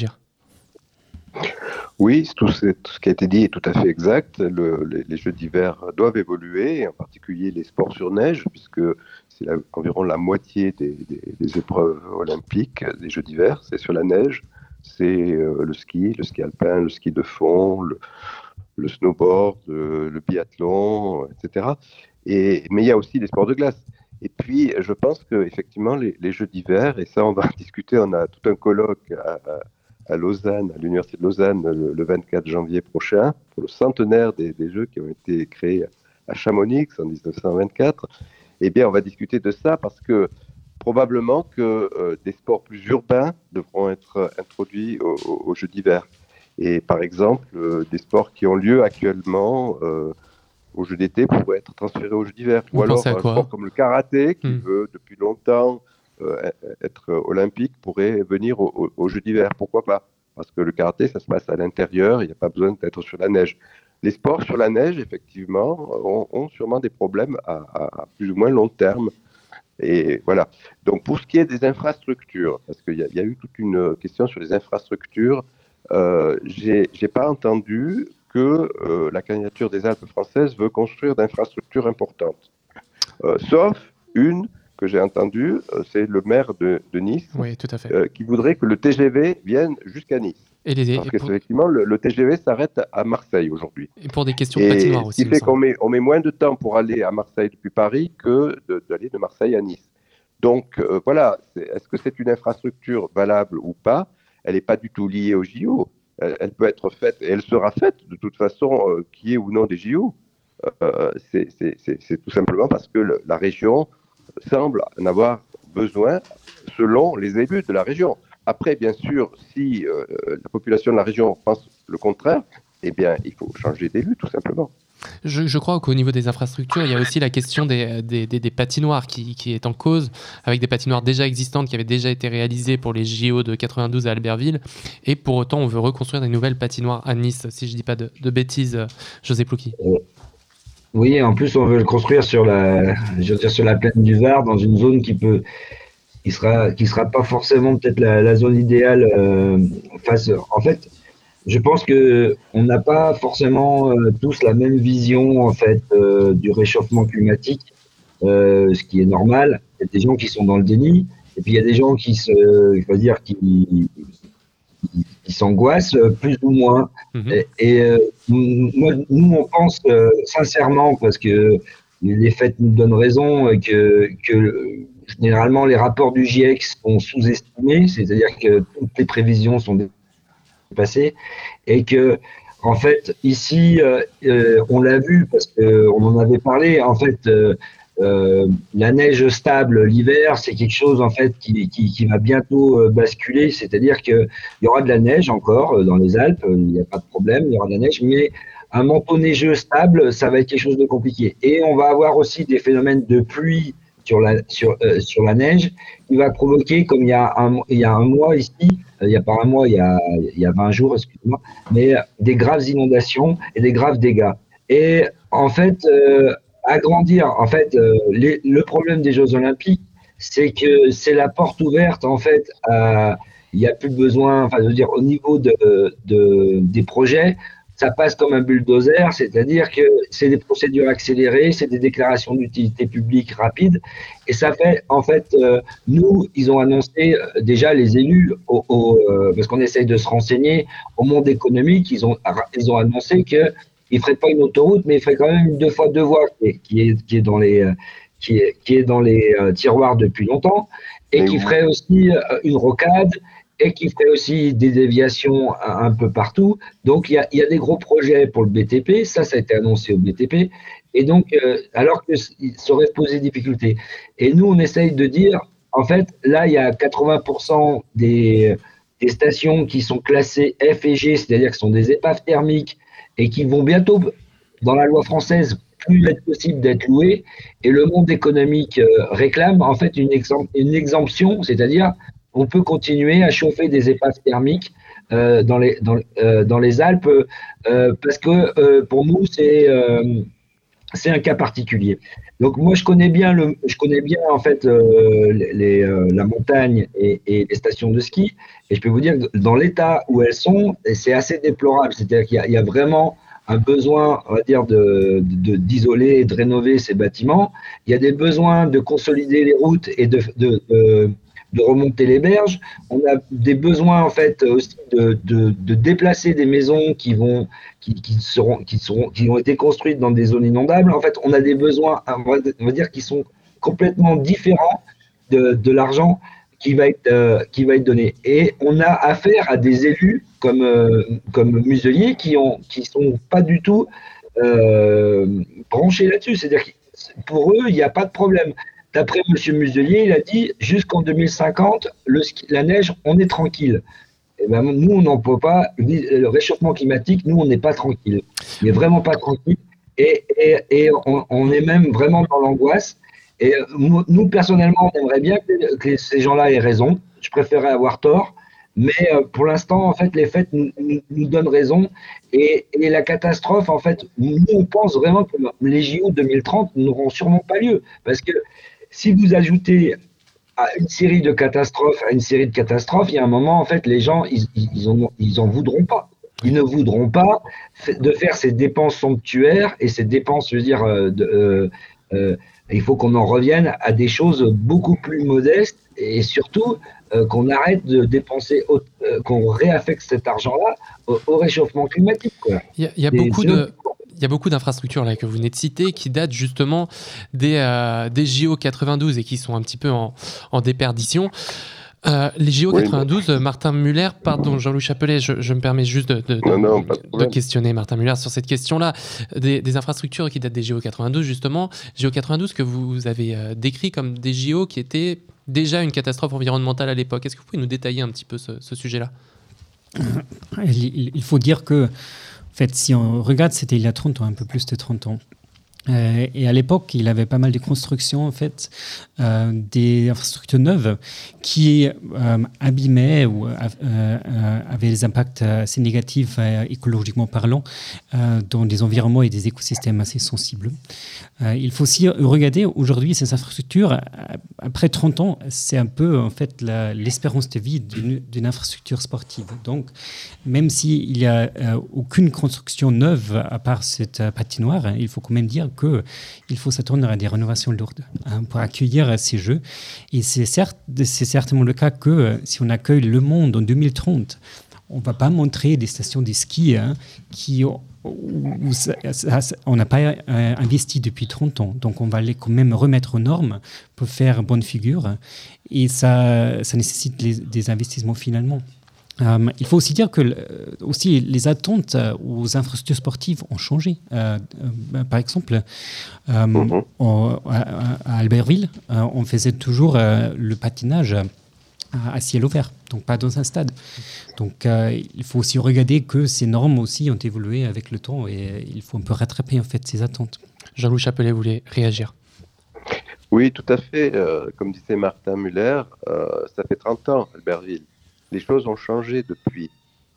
Oui, tout, tout ce qui a été dit est tout à fait exact. Le, les, les Jeux d'hiver doivent évoluer, en particulier les sports sur neige, puisque c'est la, environ la moitié des, des, des épreuves olympiques des Jeux d'hiver, c'est sur la neige. C'est euh, le ski, le ski alpin, le ski de fond, le, le snowboard, le, le biathlon, et cetera. Et, mais il y a aussi les sports de glace. Et puis, je pense qu'effectivement, les, les Jeux d'hiver, et ça, on va en discuter, on a tout un colloque à, à à Lausanne, à l'Université de Lausanne, le, le vingt-quatre janvier prochain, pour le centenaire des, des Jeux qui ont été créés à Chamonix en dix-neuf cent vingt-quatre. Eh bien, on va discuter de ça parce que probablement que euh, des sports plus urbains devront être introduits aux, aux Jeux d'hiver. Et par exemple, euh, des sports qui ont lieu actuellement euh, aux Jeux d'été pourraient être transférés aux Jeux d'hiver. Vous Ou alors un sport comme le karaté, qui mmh. veut depuis longtemps Euh, être olympique, pourrait venir aux au, au Jeux d'hiver. Pourquoi pas ? Parce que le karaté, ça se passe à l'intérieur, il n'y a pas besoin d'être sur la neige. Les sports sur la neige, effectivement, ont, ont sûrement des problèmes à, à, à plus ou moins long terme. Et voilà. Donc, pour ce qui est des infrastructures, parce qu'il y, y a eu toute une question sur les infrastructures, euh, j'ai, j'ai pas entendu que euh, la candidature des Alpes françaises veut construire d'infrastructures importantes. Euh, sauf une que j'ai entendu, euh, c'est le maire de, de Nice, oui, tout à fait. Euh, qui voudrait que le T G V vienne jusqu'à Nice. Et les, Parce et que pour... effectivement, le, le T G V s'arrête à Marseille aujourd'hui. Et pour des questions de patinoire aussi. Ce qui fait qu'on met, on met moins de temps pour aller à Marseille depuis Paris que de, d'aller de Marseille à Nice. Donc euh, voilà, c'est, est-ce que c'est une infrastructure valable ou pas ? Elle n'est pas du tout liée aux J O. Elle, elle peut être faite, et elle sera faite de toute façon, euh, qu'il y ait ou non des J O. Euh, c'est, c'est, c'est, c'est tout simplement parce que le, la région semble en avoir besoin selon les élus de la région. Après, bien sûr, si euh, la population de la région pense le contraire, eh bien, il faut changer d'élu, tout simplement. Je, je crois qu'au niveau des infrastructures, il y a aussi la question des, des, des, des patinoires qui, qui est en cause, avec des patinoires déjà existantes qui avaient déjà été réalisées pour les J O de quatre-vingt-douze à Albertville. Et pour autant, on veut reconstruire des nouvelles patinoires à Nice, si je ne dis pas de, de bêtises, José Ploucky. Oui, en plus, on veut le construire sur la, je veux dire, sur la plaine du Var, dans une zone qui peut, qui sera, qui sera pas forcément peut-être la, la zone idéale euh, face. En fait, je pense que on n'a pas forcément euh, tous la même vision en fait euh, du réchauffement climatique, euh, ce qui est normal. Il y a des gens qui sont dans le déni, et puis il y a des gens qui se, je veux dire, qui, qui, qui s'angoissent plus ou moins. Mmh. Et, et euh, moi, nous, on pense euh, sincèrement, parce que les faits nous donnent raison, et que, que généralement les rapports du GIEC sont sous-estimés, c'est-à-dire que toutes les prévisions sont passé et que en fait ici euh, euh, on l'a vu parce qu'on en avait parlé en fait euh, euh, la neige stable l'hiver c'est quelque chose en fait qui, qui, qui va bientôt euh, basculer, c'est-à-dire qu'il y aura de la neige encore euh, dans les Alpes, il n'y a pas de problème, il y aura de la neige, mais un manteau neigeux stable ça va être quelque chose de compliqué et on va avoir aussi des phénomènes de pluie sur la, sur, euh, sur la neige qui va provoquer, comme il y a un, il y a un mois ici, il n'y a pas un mois, il y a, il y a vingt jours, excusez-moi, mais des graves inondations et des graves dégâts. Et en fait, euh, agrandir, en fait, euh, les, le problème des Jeux Olympiques, c'est que c'est la porte ouverte, en fait, à, il n'y a plus besoin, enfin, je veux dire, au niveau de, de, des projets, ça passe comme un bulldozer, c'est-à-dire que c'est des procédures accélérées, c'est des déclarations d'utilité publique rapides, et ça fait, en fait, euh, nous, ils ont annoncé euh, déjà les élus, au, au, euh, parce qu'on essaye de se renseigner, au monde économique, ils ont, ils ont annoncé qu'ils ne feraient pas une autoroute, mais ils feraient quand même une deux fois deux voies qui est, qui est, qui est dans les, qui est, qui est dans les euh, tiroirs depuis longtemps, et, et qui ferait aussi euh, une rocade, et qui ferait aussi des déviations un, un peu partout. Donc, il y a, il y a des gros projets pour le B T P. Ça, ça a été annoncé au B T P. Et donc, euh, alors que ça aurait posé des difficultés. Et nous, on essaye de dire, en fait, là, il y a quatre-vingts pour cent des, des stations qui sont classées F et G, c'est-à-dire qui sont des épaves thermiques et qui vont bientôt, dans la loi française, plus être possible d'être louées. Et le monde économique euh, réclame, en fait, une, exemp- une exemption, c'est-à-dire on peut continuer à chauffer des épaves thermiques euh, dans, les, dans, euh, dans les Alpes euh, parce que euh, pour nous, c'est, euh, c'est un cas particulier. Donc moi, je connais bien, le, je connais bien en fait, euh, les, euh, la montagne et, et les stations de ski. Et je peux vous dire que dans l'état où elles sont, c'est assez déplorable. C'est-à-dire qu'il y a, il y a vraiment un besoin, on va dire, de, de, d'isoler et de rénover ces bâtiments. Il y a des besoins de consolider les routes et de... de, de de remonter les berges. On a des besoins en fait aussi de, de, de déplacer des maisons qui vont qui, qui seront qui seront qui ont été construites dans des zones inondables. En fait, on a des besoins, on va dire, qui sont complètement différents de, de l'argent qui va être euh, qui va être donné. Et on a affaire à des élus comme euh, comme Muselier qui ont qui sont pas du tout euh, branchés là-dessus. C'est-à-dire que pour eux, il n'y a pas de problème. D'après M. Muselier, il a dit jusqu'en deux mille cinquante, le ski, la neige, on est tranquille. Et ben, nous, on n'en peut pas. Le réchauffement climatique, nous, on n'est pas tranquille. On n'est vraiment pas tranquille. Et, et, et on, on est même vraiment dans l'angoisse. Et nous, personnellement, on aimerait bien que, que ces gens-là aient raison. Je préférerais avoir tort. Mais pour l'instant, en fait, les faits nous, nous, nous donnent raison. Et, et la catastrophe, en fait, nous, on pense vraiment que les J O deux mille trente n'auront sûrement pas lieu. Parce que si vous ajoutez à une série de catastrophes, à une série de catastrophes, il y a un moment, en fait, les gens, ils, ils, en, ils en voudront pas. Ils ne voudront pas de faire ces dépenses somptuaires et ces dépenses, je veux dire, de, euh, euh, il faut qu'on en revienne à des choses beaucoup plus modestes et surtout euh, qu'on arrête de dépenser, au, euh, qu'on réaffecte cet argent-là au, au réchauffement climatique, quoi. Il y a, il y a beaucoup de... Il y a beaucoup d'infrastructures là que vous venez de citer qui datent justement des, euh, des J O quatre-vingt-douze et qui sont un petit peu en, en déperdition. Euh, les J O oui, quatre-vingt-douze, mais... Martin Muller, pardon Jean-Louis Chapelet, je, je me permets juste de, de, de, non, non, de questionner Martin Muller sur cette question-là. Des, des infrastructures qui datent des J O quatre-vingt-douze justement, J O quatre-vingt-douze que vous avez euh, décrit comme des J O qui étaient déjà une catastrophe environnementale à l'époque. Est-ce que vous pouvez nous détailler un petit peu ce, ce sujet-là ? il, il faut dire que, en fait, si on regarde, c'était il y a trente ans, un peu plus de trente ans. Euh, et à l'époque, il avait pas mal de constructions, en fait, euh, des infrastructures neuves qui euh, abîmaient ou euh, euh, avaient des impacts assez négatifs, euh, écologiquement parlant, euh, dans des environnements et des écosystèmes assez sensibles. Euh, il faut aussi regarder aujourd'hui ces infrastructures. Après trente ans, c'est un peu, en fait, la, l'espérance de vie d'une, d'une infrastructure sportive. Donc, même s'il n'y a euh, aucune construction neuve à part cette euh, patinoire, il faut quand même dire qu'il faut s'attendre à des rénovations lourdes hein, pour accueillir ces Jeux. Et c'est, certes, c'est certainement le cas que euh, si on accueille le monde en deux mille trente, on ne va pas montrer des stations de ski hein, qui, où, où ça, ça, on n'a pas euh, investi depuis trente ans. Donc on va les quand même remettre aux normes pour faire bonne figure. Et ça, ça nécessite les, des investissements finalement. Euh, il faut aussi dire que euh, aussi, les attentes euh, aux infrastructures sportives ont changé. Euh, euh, par exemple, euh, mm-hmm. on, à, à Albertville, euh, on faisait toujours euh, le patinage à, à ciel ouvert, donc pas dans un stade. Donc euh, il faut aussi regarder que ces normes aussi ont évolué avec le temps et il faut un peu rattraper en fait ces attentes. Jean-Louis Chapelet voulait réagir. Oui, tout à fait. Euh, comme disait Martin Muller, euh, ça fait trente ans, Albertville. Les choses ont changé depuis.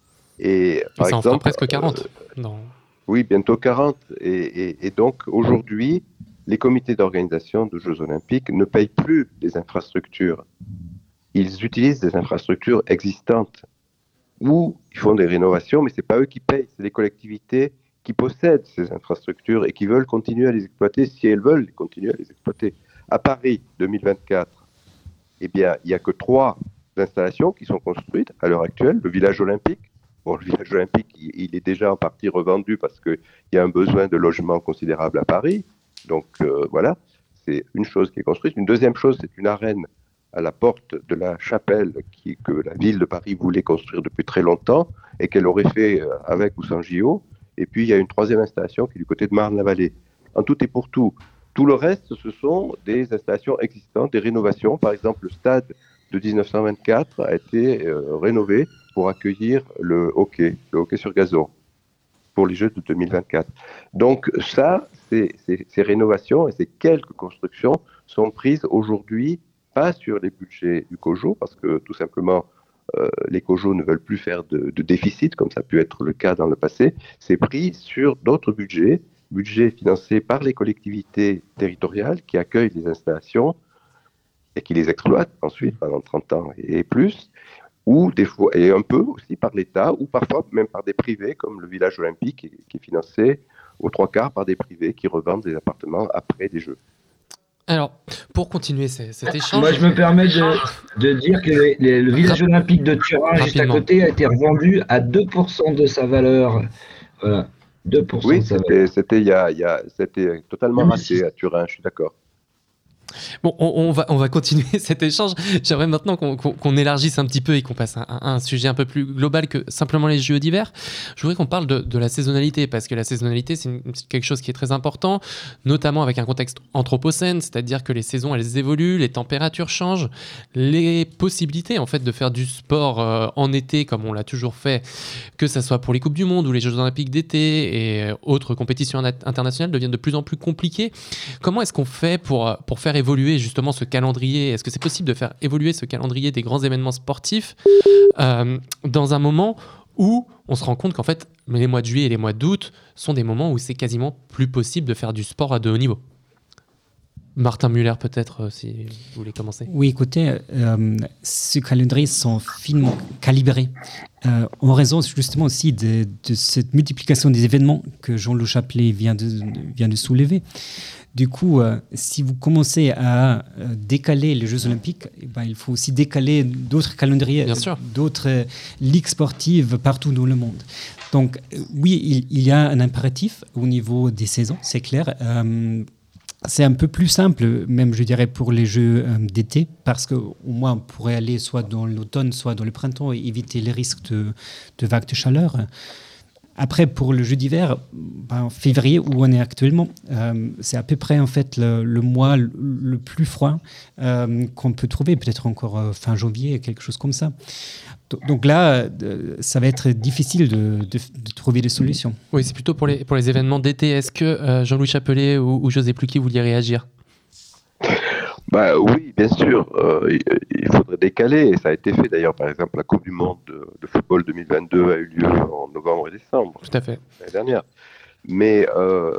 Et par ça exemple, en fera presque quarante. Euh, non. Oui, bientôt quarante. Et, et, et donc, aujourd'hui, les comités d'organisation de Jeux Olympiques ne payent plus les infrastructures. Ils utilisent des infrastructures existantes ou ils font des rénovations, mais ce n'est pas eux qui payent, c'est les collectivités qui possèdent ces infrastructures et qui veulent continuer à les exploiter si elles veulent continuer à les exploiter. À Paris, deux mille vingt-quatre, eh bien, il n'y a que trois installations qui sont construites à l'heure actuelle. Le village olympique, bon, le village olympique, il, il est déjà en partie revendu parce qu'il y a un besoin de logement considérable à Paris. Donc euh, voilà, c'est une chose qui est construite. Une deuxième chose, c'est une arène à la porte de la Chapelle qui, que la ville de Paris voulait construire depuis très longtemps et qu'elle aurait fait avec ou sans J O. Et puis il y a une troisième installation qui est du côté de Marne-la-Vallée. En tout et pour tout, tout le reste, ce sont des installations existantes, des rénovations. Par exemple, le stade de dix-neuf cent vingt-quatre a été euh, rénové pour accueillir le hockey, le hockey sur gazon, pour les Jeux de deux mille vingt-quatre. Donc ça, ces, ces, ces rénovations et ces quelques constructions sont prises aujourd'hui, pas sur les budgets du COJO, parce que tout simplement, euh, les COJO ne veulent plus faire de, de déficit, comme ça a pu être le cas dans le passé. C'est pris sur d'autres budgets, budgets financés par les collectivités territoriales qui accueillent les installations et qui les exploitent ensuite pendant trente ans et plus, ou des fois, et un peu aussi par l'État, ou parfois même par des privés, comme le village olympique, qui, qui est financé aux trois quarts par des privés qui revendent des appartements après des Jeux. Alors, pour continuer cet échange... Moi, je me permets de, de dire que les, les, le village olympique de Turin, juste à côté, a été revendu à deux pour cent de sa valeur. Voilà, deux pour cent oui, de sa c'était, valeur. C'était, il y a, il y a, c'était totalement raté à Turin, je suis d'accord. Bon, on, on, va, on va continuer cet échange. J'aimerais maintenant qu'on, qu'on, qu'on élargisse un petit peu et qu'on passe à un, à un sujet un peu plus global que simplement les Jeux d'hiver. Je voudrais qu'on parle de, de la saisonnalité, parce que la saisonnalité, c'est, une, c'est quelque chose qui est très important, notamment avec un contexte anthropocène, c'est-à-dire que les saisons, elles évoluent, les températures changent, les possibilités en fait de faire du sport euh, en été, comme on l'a toujours fait, que ça soit pour les Coupes du Monde ou les Jeux Olympiques d'été et autres compétitions internationales, deviennent de plus en plus compliquées. Comment est-ce qu'on fait pour, pour faire évoluer justement ce calendrier? Est-ce que c'est possible de faire évoluer ce calendrier des grands événements sportifs euh, dans un moment où on se rend compte qu'en fait les mois de juillet et les mois d'août sont des moments où c'est quasiment plus possible de faire du sport à de haut niveau? Martin Muller, peut-être, euh, si vous voulez commencer. Oui, écoutez, euh, ce calendrier sont finement calibrés euh, en raison justement aussi de, de cette multiplication des événements que Jean-Louis Chapelet vient de, vient de soulever. Du coup, euh, si vous commencez à euh, décaler les Jeux Olympiques, eh ben, il faut aussi décaler d'autres calendriers, d'autres euh, ligues sportives partout dans le monde. Donc, euh, oui, il, il y a un impératif au niveau des saisons, c'est clair. Euh, C'est un peu plus simple, même je dirais, pour les Jeux euh, d'été, parce qu'au moins on pourrait aller soit dans l'automne, soit dans le printemps et éviter les risques de, de vagues de chaleur. Après, pour le jeu d'hiver, ben, en février, où on est actuellement, euh, c'est à peu près en fait le, le mois le, le plus froid euh, qu'on peut trouver, peut-être encore euh, fin janvier, quelque chose comme ça. Donc là, euh, ça va être difficile de, de, de trouver des solutions. Oui, c'est plutôt pour les, pour les événements d'été. Est-ce que euh, Jean-Louis Chapelet ou, ou José Plucky vouliez réagir ? Bah oui, bien sûr, euh, il, il faudrait décaler, et ça a été fait d'ailleurs, par exemple, la Coupe du Monde de, de football deux mille vingt-deux a eu lieu en novembre et décembre, Tout à fait. l'année dernière. Mais euh,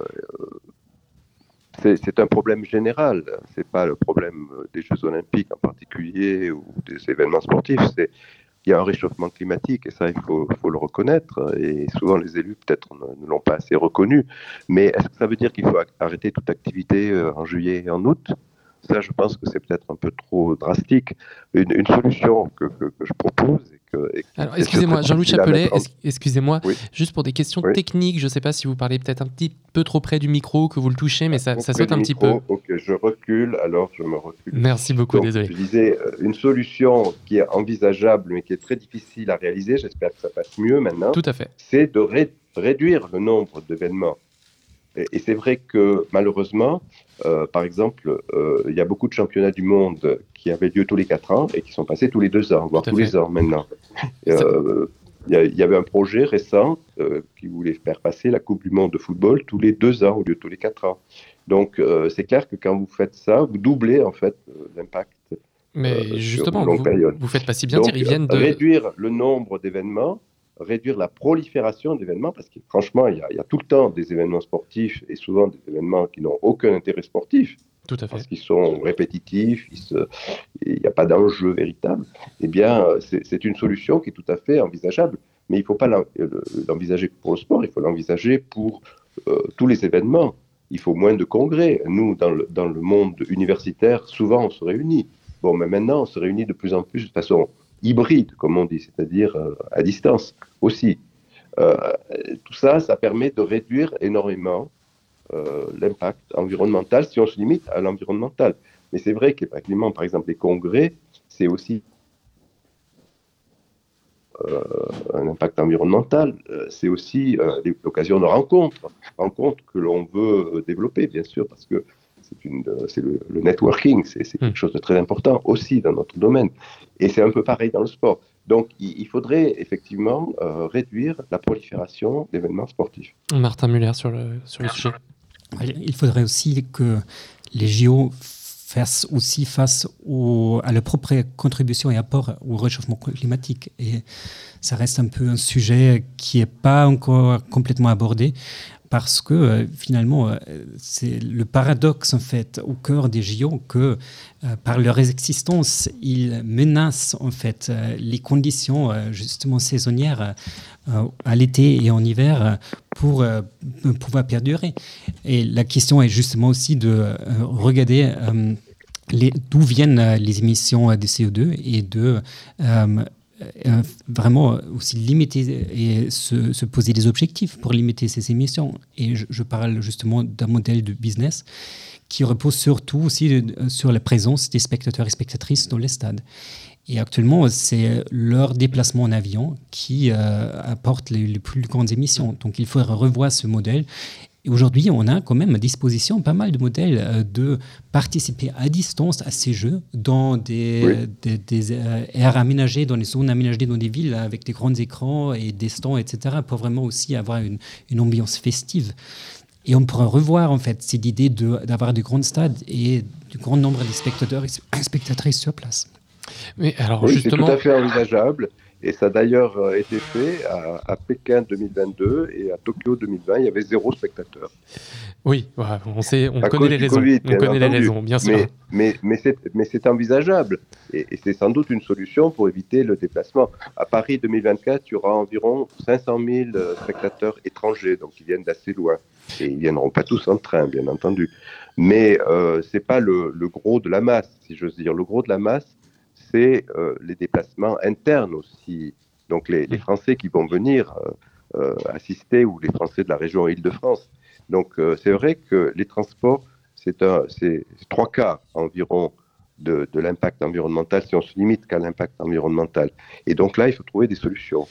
c'est, c'est un problème général, c'est pas le problème des Jeux Olympiques en particulier ou des événements sportifs, c'est il y a un réchauffement climatique, et ça, il faut, faut le reconnaître, et souvent les élus peut-être ne, ne l'ont pas assez reconnu, mais est-ce que ça veut dire qu'il faut arrêter toute activité en juillet et en août ? Ça, je pense que c'est peut-être un peu trop drastique. Une, une solution que, que, que je propose... Et que, et Alors, excusez-moi, Jean-Louis Chapelet, en... excusez-moi, oui. juste pour des questions oui. techniques, je ne sais pas si vous parlez peut-être un petit peu trop près du micro, que vous le touchez, mais ça, ça saute un micro, petit peu. Ok, je recule, alors je me recule. Merci beaucoup, Donc, désolé. Je disais, une solution qui est envisageable, mais qui est très difficile à réaliser, j'espère que ça passe mieux maintenant, Tout à fait. c'est de ré- réduire le nombre d'événements. Et, et c'est vrai que malheureusement, euh, par exemple, euh, il y a beaucoup de championnats du monde qui avaient lieu tous les quatre ans et qui sont passés tous les deux ans, voire tous fait. les ans maintenant. Euh, il, y a, il y avait un projet récent euh, qui voulait faire passer la Coupe du Monde de football tous les deux ans au lieu de tous les quatre ans. Donc euh, c'est clair que quand vous faites ça, vous doublez en fait euh, l'impact. Mais euh, justement, sur une longue vous, période. vous faites pas si bien Donc, dire, ils viennent de... réduire le nombre d'événements, réduire la prolifération d'événements, parce que franchement, il y, a, il y a tout le temps des événements sportifs et souvent des événements qui n'ont aucun intérêt sportif. Tout à fait. Parce qu'ils sont répétitifs, il n'y a pas d'enjeu véritable. Eh bien, c'est, c'est une solution qui est tout à fait envisageable. Mais il ne faut pas l'envisager pour le sport, il faut l'envisager pour euh, tous les événements. Il faut moins de congrès. Nous, dans le, dans le monde universitaire, souvent on se réunit. Bon, mais maintenant, on se réunit de plus en plus de façon hybride, comme on dit, c'est-à-dire euh, à distance aussi. Euh, tout ça, ça permet de réduire énormément euh, l'impact environnemental si on se limite à l'environnemental. Mais c'est vrai qu'effectivement, par exemple, les congrès, c'est aussi euh, un impact environnemental, euh, c'est aussi euh, l'occasion de rencontres, rencontres que l'on veut développer, bien sûr, parce que c'est, une, c'est le, le networking, c'est, c'est quelque chose de très important aussi dans notre domaine. Et c'est un peu pareil dans le sport. Donc, il, il faudrait effectivement euh, réduire la prolifération d'événements sportifs. Martin Muller sur le, sur le sujet. Il faudrait aussi que les J O fassent aussi face au, à leur propre contribution et apport au réchauffement climatique. Et ça reste un peu un sujet qui n'est pas encore complètement abordé. Parce que euh, finalement, euh, c'est le paradoxe en fait au cœur des J O que euh, par leur existence, ils menacent en fait euh, les conditions euh, justement saisonnières euh, à l'été et en hiver euh, pour euh, pouvoir perdurer. Et la question est justement aussi de euh, regarder euh, les, d'où viennent les émissions de C O deux et de euh, Euh, vraiment aussi limiter et se, se poser des objectifs pour limiter ces émissions. Et je, je parle justement d'un modèle de business qui repose surtout aussi sur la présence des spectateurs et spectatrices dans les stades. Et actuellement, c'est leur déplacement en avion qui euh, apporte les, les plus grandes émissions. Donc il faudrait revoir ce modèle. Et aujourd'hui, on a quand même à disposition pas mal de modèles euh, de participer à distance à ces jeux dans des, oui. des, des euh, aires aménagées, dans des zones aménagées dans des villes avec des grands écrans et des stands, et cetera, pour vraiment aussi avoir une, une ambiance festive. Et on pourrait revoir en fait cette idée de, d'avoir de grands stades et du grand nombre de spectateurs et spectatrices sur place. Mais alors oui, justement, c'est tout à fait envisageable. Et ça a d'ailleurs été fait à, à Pékin deux mille vingt-deux et à Tokyo deux mille vingt, il y avait zéro spectateur. Oui, on, sait, on connaît les raisons. COVID, on connaît les raisons, bien sûr. Mais, mais, mais, c'est, mais c'est envisageable. Et, et c'est sans doute une solution pour éviter le déplacement. À Paris deux mille vingt-quatre, il y aura environ cinq cent mille spectateurs étrangers, donc ils viennent d'assez loin. Et ils ne viendront pas tous en train, bien entendu. Mais euh, ce n'est pas le, le gros de la masse, si j'ose dire. Le gros de la masse, c'est euh, les déplacements internes aussi. Donc les, les Français qui vont venir euh, euh, assister, ou les Français de la région Île-de-France. Donc euh, c'est vrai que les transports, c'est, un, c'est trois quarts environ de, de l'impact environnemental, si on se limite qu'à l'impact environnemental. Et donc là, il faut trouver des solutions.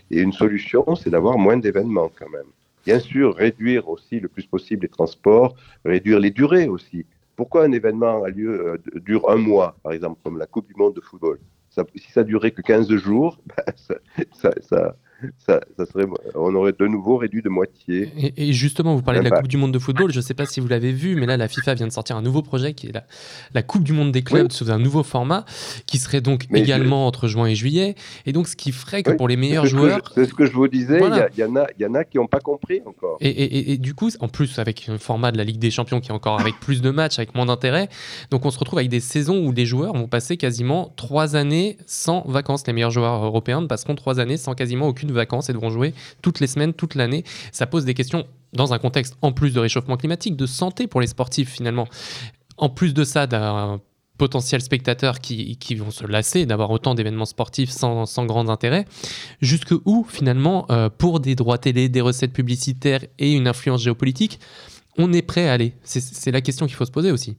Et une solution, c'est d'avoir moins d'événements quand même. Bien sûr, réduire aussi le plus possible les transports, réduire les durées aussi. Pourquoi un événement a lieu, euh, dure un mois, par exemple, comme la Coupe du Monde de football? Ça, si ça durait que quinze jours, bah, ça, ça, ça, ça, ça serait, on aurait de nouveau réduit de moitié. Et, et justement, vous parlez de la Impact. Coupe du Monde de football. Je ne sais pas si vous l'avez vu, mais là, la FIFA vient de sortir un nouveau projet qui est la, la Coupe du Monde des clubs Oui. sous un nouveau format, qui serait donc Mais également je... entre juin et juillet. Et donc, ce qui ferait que oui. pour les meilleurs c'est joueurs... Que je, c'est ce que je vous disais, il voilà. y, y, en a, y en a qui n'ont pas compris encore. Et, et, et, et du coup, en plus, avec un format de la Ligue des Champions qui est encore avec plus de matchs, avec moins d'intérêt, donc on se retrouve avec des saisons où les joueurs vont passer quasiment trois années sans vacances. Les meilleurs joueurs européens passeront trois années sans quasiment aucune vacances et devront jouer toutes les semaines, toute l'année. Ça pose des questions dans un contexte, en plus de réchauffement climatique, de santé pour les sportifs finalement. En plus de ça, d'un potentiels spectateurs qui, qui vont se lasser d'avoir autant d'événements sportifs sans, sans grand intérêt. Jusque où, finalement, euh, pour des droits télé, des recettes publicitaires et une influence géopolitique, on est prêt à aller? C'est, c'est la question qu'il faut se poser aussi.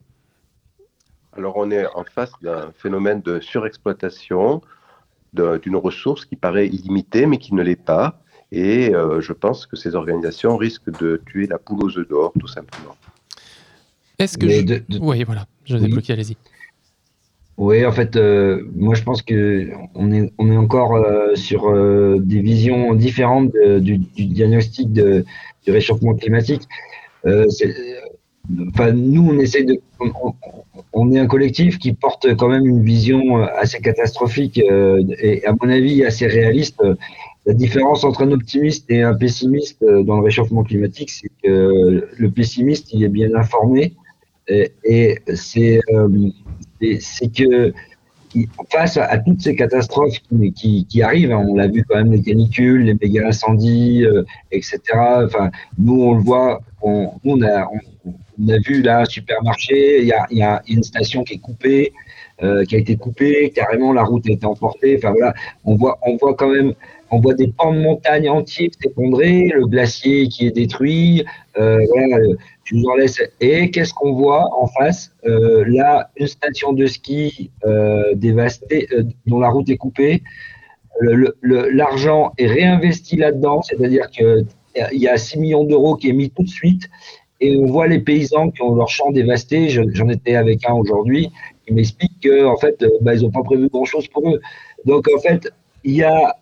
Alors, on est en face d'un phénomène de surexploitation de, d'une ressource qui paraît illimitée, mais qui ne l'est pas. Et euh, je pense que ces organisations risquent de tuer la poule aux œufs d'or, tout simplement. Est-ce que... Mais Je... de- de- Oui, voilà, je vous ai Oui. bloqué, allez-y. Oui, en fait, euh, moi je pense que on est, on est encore euh, sur euh, des visions différentes de- du, du diagnostic de, du réchauffement climatique. Euh, c'est- enfin, nous, on essaie de, on, on- on est un collectif qui porte quand même une vision assez catastrophique euh, et, à mon avis, assez réaliste. La différence entre un optimiste et un pessimiste euh, dans le réchauffement climatique, c'est que le pessimiste, il est bien informé et, et c'est euh, et c'est que il- face à, à toutes ces catastrophes qui, qui, qui arrivent, hein, on l'a vu quand même, les canicules, les méga incendies, euh, et cetera. Enfin, nous on le voit, on, nous, on a, on, on a vu là un supermarché, il y a, il y a une station qui est coupée, euh, qui a été coupée, carrément la route a été emportée. Enfin voilà, on voit, on voit quand même, on voit des pans de montagne entiers s'effondrer, le glacier qui est détruit. Euh, voilà, euh, je vous en laisse. Et qu'est-ce qu'on voit en face? Euh, Là, une station de ski euh, dévastée, euh, dont la route est coupée. Le- le- le- L'argent est réinvesti là-dedans, c'est-à-dire qu'il y a six millions d'euros qui est mis tout de suite. Et on voit les paysans qui ont leur champ dévasté. Je- J'en étais avec un aujourd'hui qui m'explique qu'en fait, euh, bah, ils n'ont pas prévu grand-chose pour eux. Donc, en fait, il y a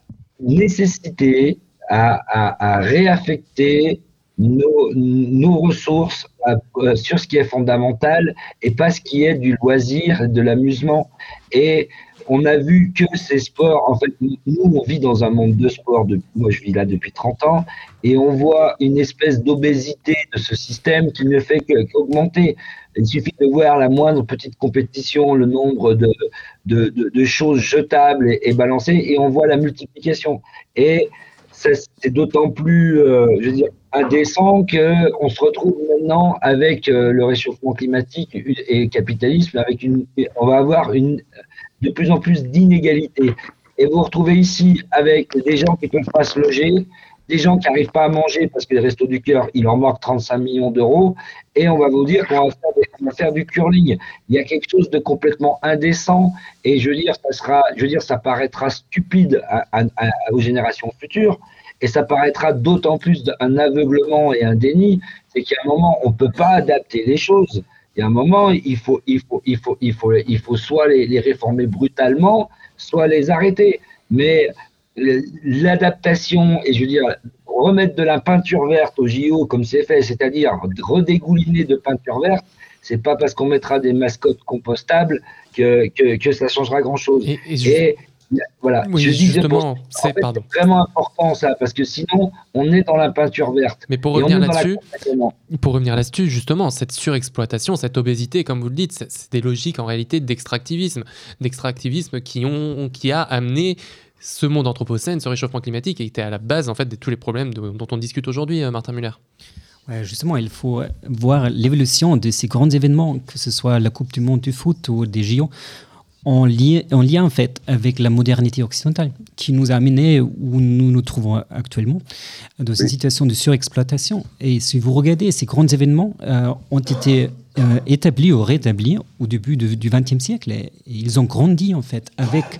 nécessité à, à- à réaffecter nos, nos ressources à- euh, sur ce qui est fondamental et pas ce qui est du loisir, de l'amusement. Et on a vu que ces sports, en fait, nous, on vit dans un monde de sport, depuis, moi je vis là depuis trente ans, et on voit une espèce d'obésité de ce système qui ne fait que- qu'augmenter. Il suffit de voir la moindre petite compétition, le nombre de, de, de, de choses jetables et, et balancées, et on voit la multiplication. Et ça, c'est d'autant plus, euh, je veux dire, indécent qu'on se retrouve maintenant avec euh, le réchauffement climatique et le capitalisme, avec une, on va avoir une, de plus en plus d'inégalités. Et vous vous retrouvez ici avec des gens qui ne peuvent pas se loger, des gens qui n'arrivent pas à manger parce que les Restos du Cœur, il leur manque trente-cinq millions d'euros, et on va vous dire qu'on va faire, des- on va faire du curling. Il y a quelque chose de complètement indécent, et je veux dire, ça sera, je veux dire, ça paraîtra stupide à- à- à- aux générations futures, et ça paraîtra d'autant plus un aveuglement et un déni, c'est qu'à un moment, on ne peut pas adapter les choses. Il y a un moment, il faut, il faut, il faut, il faut, il faut soit les, les réformer brutalement, soit les arrêter. Mais le- l'adaptation, et je veux dire, remettre de la peinture verte au J O comme c'est fait, c'est-à-dire redégouliner de peinture verte, c'est pas parce qu'on mettra des mascottes compostables que, que, que ça changera grand-chose. Et, et ju- Et voilà, oui, je dis que justement, en c'est... fait, Pardon. c'est vraiment important ça, parce que sinon, on est dans la peinture verte. Mais pour Et on revenir est dans la là-dessus, complément. Pour revenir là-dessus, justement, cette surexploitation, cette obésité, comme vous le dites, c'est c'est des logiques en réalité d'extractivisme, d'extractivisme qui ont, qui a amené ce monde anthropocène, ce réchauffement climatique, et qui était à la base en fait de tous les problèmes de- dont on discute aujourd'hui, euh, Martin Muller. Ouais, justement, il faut voir l'évolution de ces grands événements, que ce soit la Coupe du Monde du foot ou des J O, en lien, en lien en fait avec la modernité occidentale, qui nous a amené où nous nous trouvons actuellement, dans une Oui. situation de surexploitation. Et si vous regardez, ces grands événements euh, ont été euh, établis ou rétablis au début de- du vingtième siècle, et, et ils ont grandi en fait avec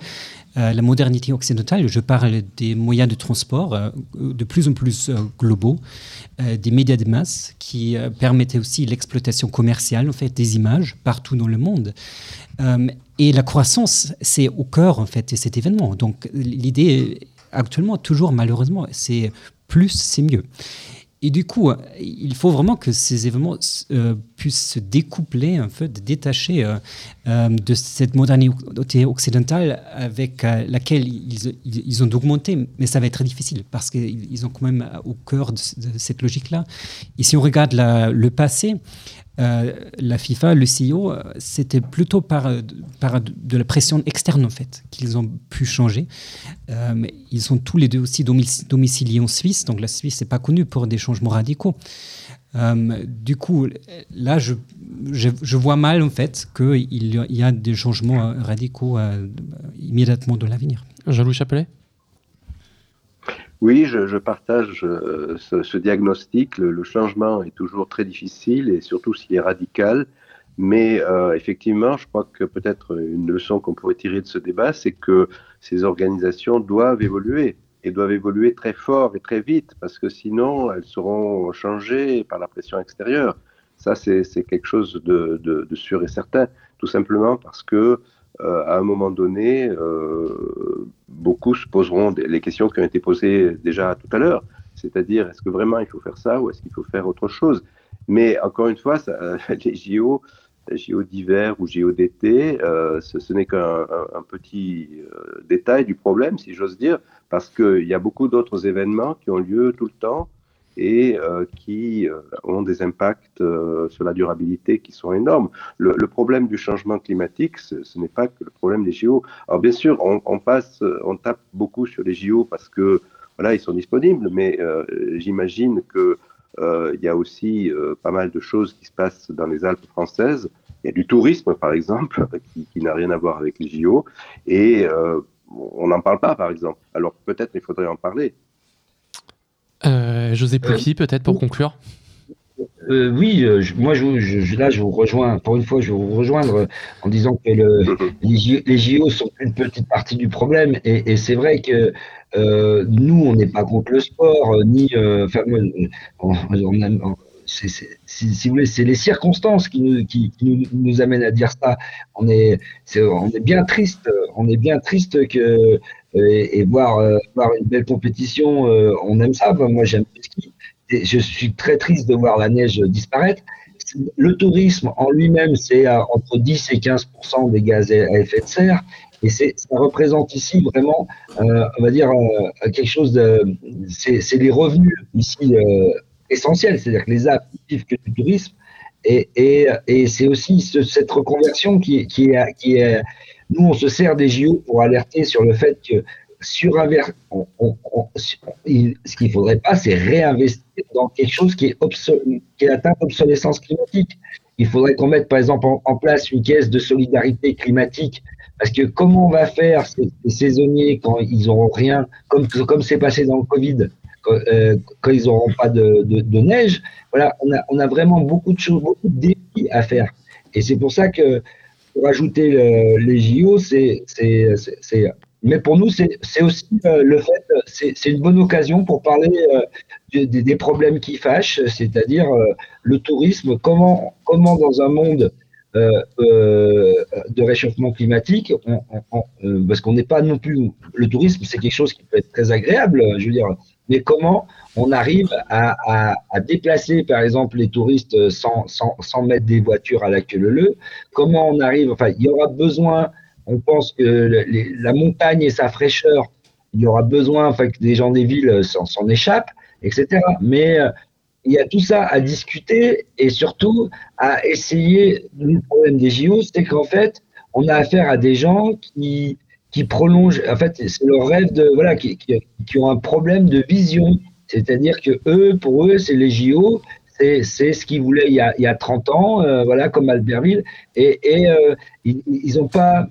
euh, la modernité occidentale, je parle des moyens de transport euh, de plus en plus euh, globaux, euh, des médias de masse qui euh, permettaient aussi l'exploitation commerciale en fait, des images partout dans le monde. Euh, et la croissance, c'est au cœur en fait, de cet événement. Donc l'idée actuellement, toujours malheureusement, c'est plus, c'est mieux. Et du coup, il faut vraiment que ces événements euh, puissent se découpler, en fait, détacher euh, euh, de cette modernité occidentale avec euh, laquelle ils, ils, ils ont augmenté. Mais ça va être difficile parce qu'ils ont quand même au cœur de, de cette logique-là. Et si on regarde la, le passé, euh, la FIFA, le C I O, c'était plutôt par, par de la pression externe, en fait, qu'ils ont pu changer. Euh, mais ils sont tous les deux aussi domic- domiciliés en Suisse, donc la Suisse n'est pas connue pour des changements radicaux. Euh, du coup, là, je, je, je vois mal, en fait, qu'il y a des changements radicaux euh, immédiatement dans l'avenir. Jean-Louis Chapelet ? Oui, je, je partage euh, ce, ce diagnostic. Le, le changement est toujours très difficile et surtout s'il est radical. Mais euh, effectivement, je crois que peut-être une leçon qu'on pourrait tirer de ce débat, c'est que ces organisations doivent évoluer et doivent évoluer très fort et très vite parce que sinon, elles seront changées par la pression extérieure. Ça, c'est, c'est quelque chose de, de, de sûr et certain, tout simplement parce que Euh, à un moment donné, euh, beaucoup se poseront des, les questions qui ont été posées déjà tout à l'heure, c'est-à-dire est-ce que vraiment il faut faire ça ou est-ce qu'il faut faire autre chose ? Mais encore une fois, ça, euh, les J O, les J O d'hiver ou J O d'été, euh, ce, ce n'est qu'un un, un petit euh, détail du problème, si j'ose dire, parce qu'il y a beaucoup d'autres événements qui ont lieu tout le temps et euh, qui euh, ont des impacts euh, sur la durabilité qui sont énormes. Le, le problème du changement climatique, ce, ce n'est pas que le problème des J O. Alors bien sûr, on, on passe, on tape beaucoup sur les J O parce que voilà, ils sont disponibles, mais euh, j'imagine que euh, il y a aussi euh, pas mal de choses qui se passent dans les Alpes françaises. Il y a du tourisme, par exemple, qui, qui n'a rien à voir avec les J O, et euh, on n'en parle pas, par exemple. Alors peut-être il faudrait en parler. Euh, José Pouchy, euh, peut-être pour conclure. Euh, oui, euh, je, moi, je, je, là, je vous rejoins. Pour une fois, je vais vous rejoindre en disant que le, les, J, les J O sont une petite partie du problème. Et, et c'est vrai que euh, nous, on n'est pas contre le sport, euh, ni. Enfin, euh, on, on, on, c'est, c'est, si, si vous voulez, c'est les circonstances qui nous, qui, qui nous, nous amènent à dire ça. On est, c'est, on est bien triste. On est bien triste que et, et voir, euh, voir une belle compétition. Euh, on aime ça. Enfin, moi, j'aime le ski. Et je suis très triste de voir la neige disparaître. Le tourisme en lui-même, c'est entre dix et quinze pour cent des gaz à effet de serre. Et c'est, ça représente ici vraiment, euh, on va dire, euh, quelque chose de. C'est, c'est les revenus ici euh, essentiels, c'est-à-dire que les A P vivent que du tourisme. Et, et, et c'est aussi ce, cette reconversion qui, qui, est, qui est. Nous, on se sert des J O pour alerter sur le fait que surinver, on, on, on, il, ce qu'il ne faudrait pas, c'est réinvestir dans quelque chose qui est, obso- qui est atteint d'obsolescence climatique. Il faudrait qu'on mette, par exemple, en, en place une caisse de solidarité climatique. Parce que comment on va faire ces, ces saisonniers quand ils n'auront rien, comme, comme c'est passé dans le Covid, quand, euh, quand ils n'auront pas de, de, de neige. Voilà, on a, on a vraiment beaucoup de choses, beaucoup de défis à faire. Et c'est pour ça que pour ajouter le, les J O, c'est, c'est, c'est, c'est mais pour nous, c'est, c'est aussi euh, le fait, c'est, c'est une bonne occasion pour parler euh, de, de, des problèmes qui fâchent, c'est-à-dire euh, le tourisme, comment, comment dans un monde euh, euh, de réchauffement climatique, on, on, on, euh, parce qu'on n'est pas non plus, le tourisme c'est quelque chose qui peut être très agréable, je veux dire, mais comment on arrive à, à, à déplacer par exemple les touristes sans, sans, sans mettre des voitures à la queue leu-leu, comment on arrive, enfin il y aura besoin. On pense que les, la montagne et sa fraîcheur, il y aura besoin enfin, que des gens des villes s'en, s'en échappent, et cetera. Mais euh, il y a tout ça à discuter et surtout à essayer. Le problème des J O, c'est qu'en fait, on a affaire à des gens qui, qui prolongent. En fait, c'est leur rêve de voilà, qui, qui, qui ont un problème de vision. C'est-à-dire que eux, pour eux, c'est les J O. C'est, c'est ce qu'ils voulaient il y a, il y a trente ans, euh, voilà, comme Albertville. Et, et euh, ils n'ont pas.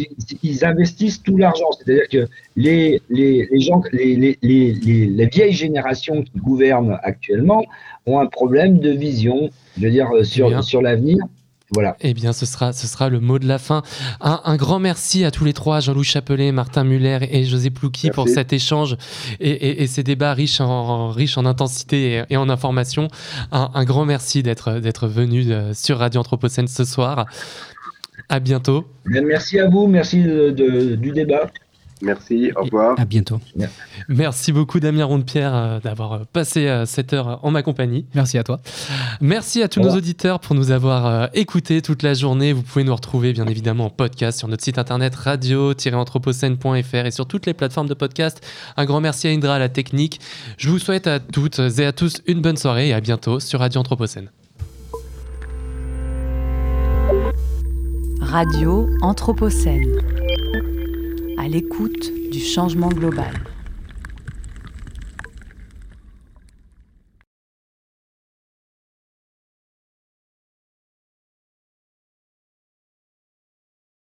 Ils investissent tout l'argent, c'est-à-dire que les, les, les gens, les, les, les, les vieilles générations qui gouvernent actuellement ont un problème de vision, je veux dire, sur, sur l'avenir. Voilà. Eh bien, ce sera, ce sera le mot de la fin. Un, un grand merci à tous les trois, Jean-Louis Chapelet, Martin Muller et José Ploucky, Merci. pour cet échange et, et, et ces débats riches en, riches en intensité et, et en information. Un, un grand merci d'être, d'être venu de, sur Radio Anthropocène ce soir. À bientôt. Bien, merci à vous, merci de, de, du débat. Merci, au revoir. À bientôt. Merci beaucoup Damien Rondepierre euh, d'avoir passé euh, cette heure en ma compagnie. Merci à toi. Merci à tous nos auditeurs pour nous avoir euh, écoutés toute la journée. Vous pouvez nous retrouver bien évidemment en podcast sur notre site internet radio tiret anthropocène point f r et sur toutes les plateformes de podcast. Un grand merci à Indra à la technique. Je vous souhaite à toutes et à tous une bonne soirée et à bientôt sur Radio Anthropocène. Radio Anthropocène. À l'écoute du changement global.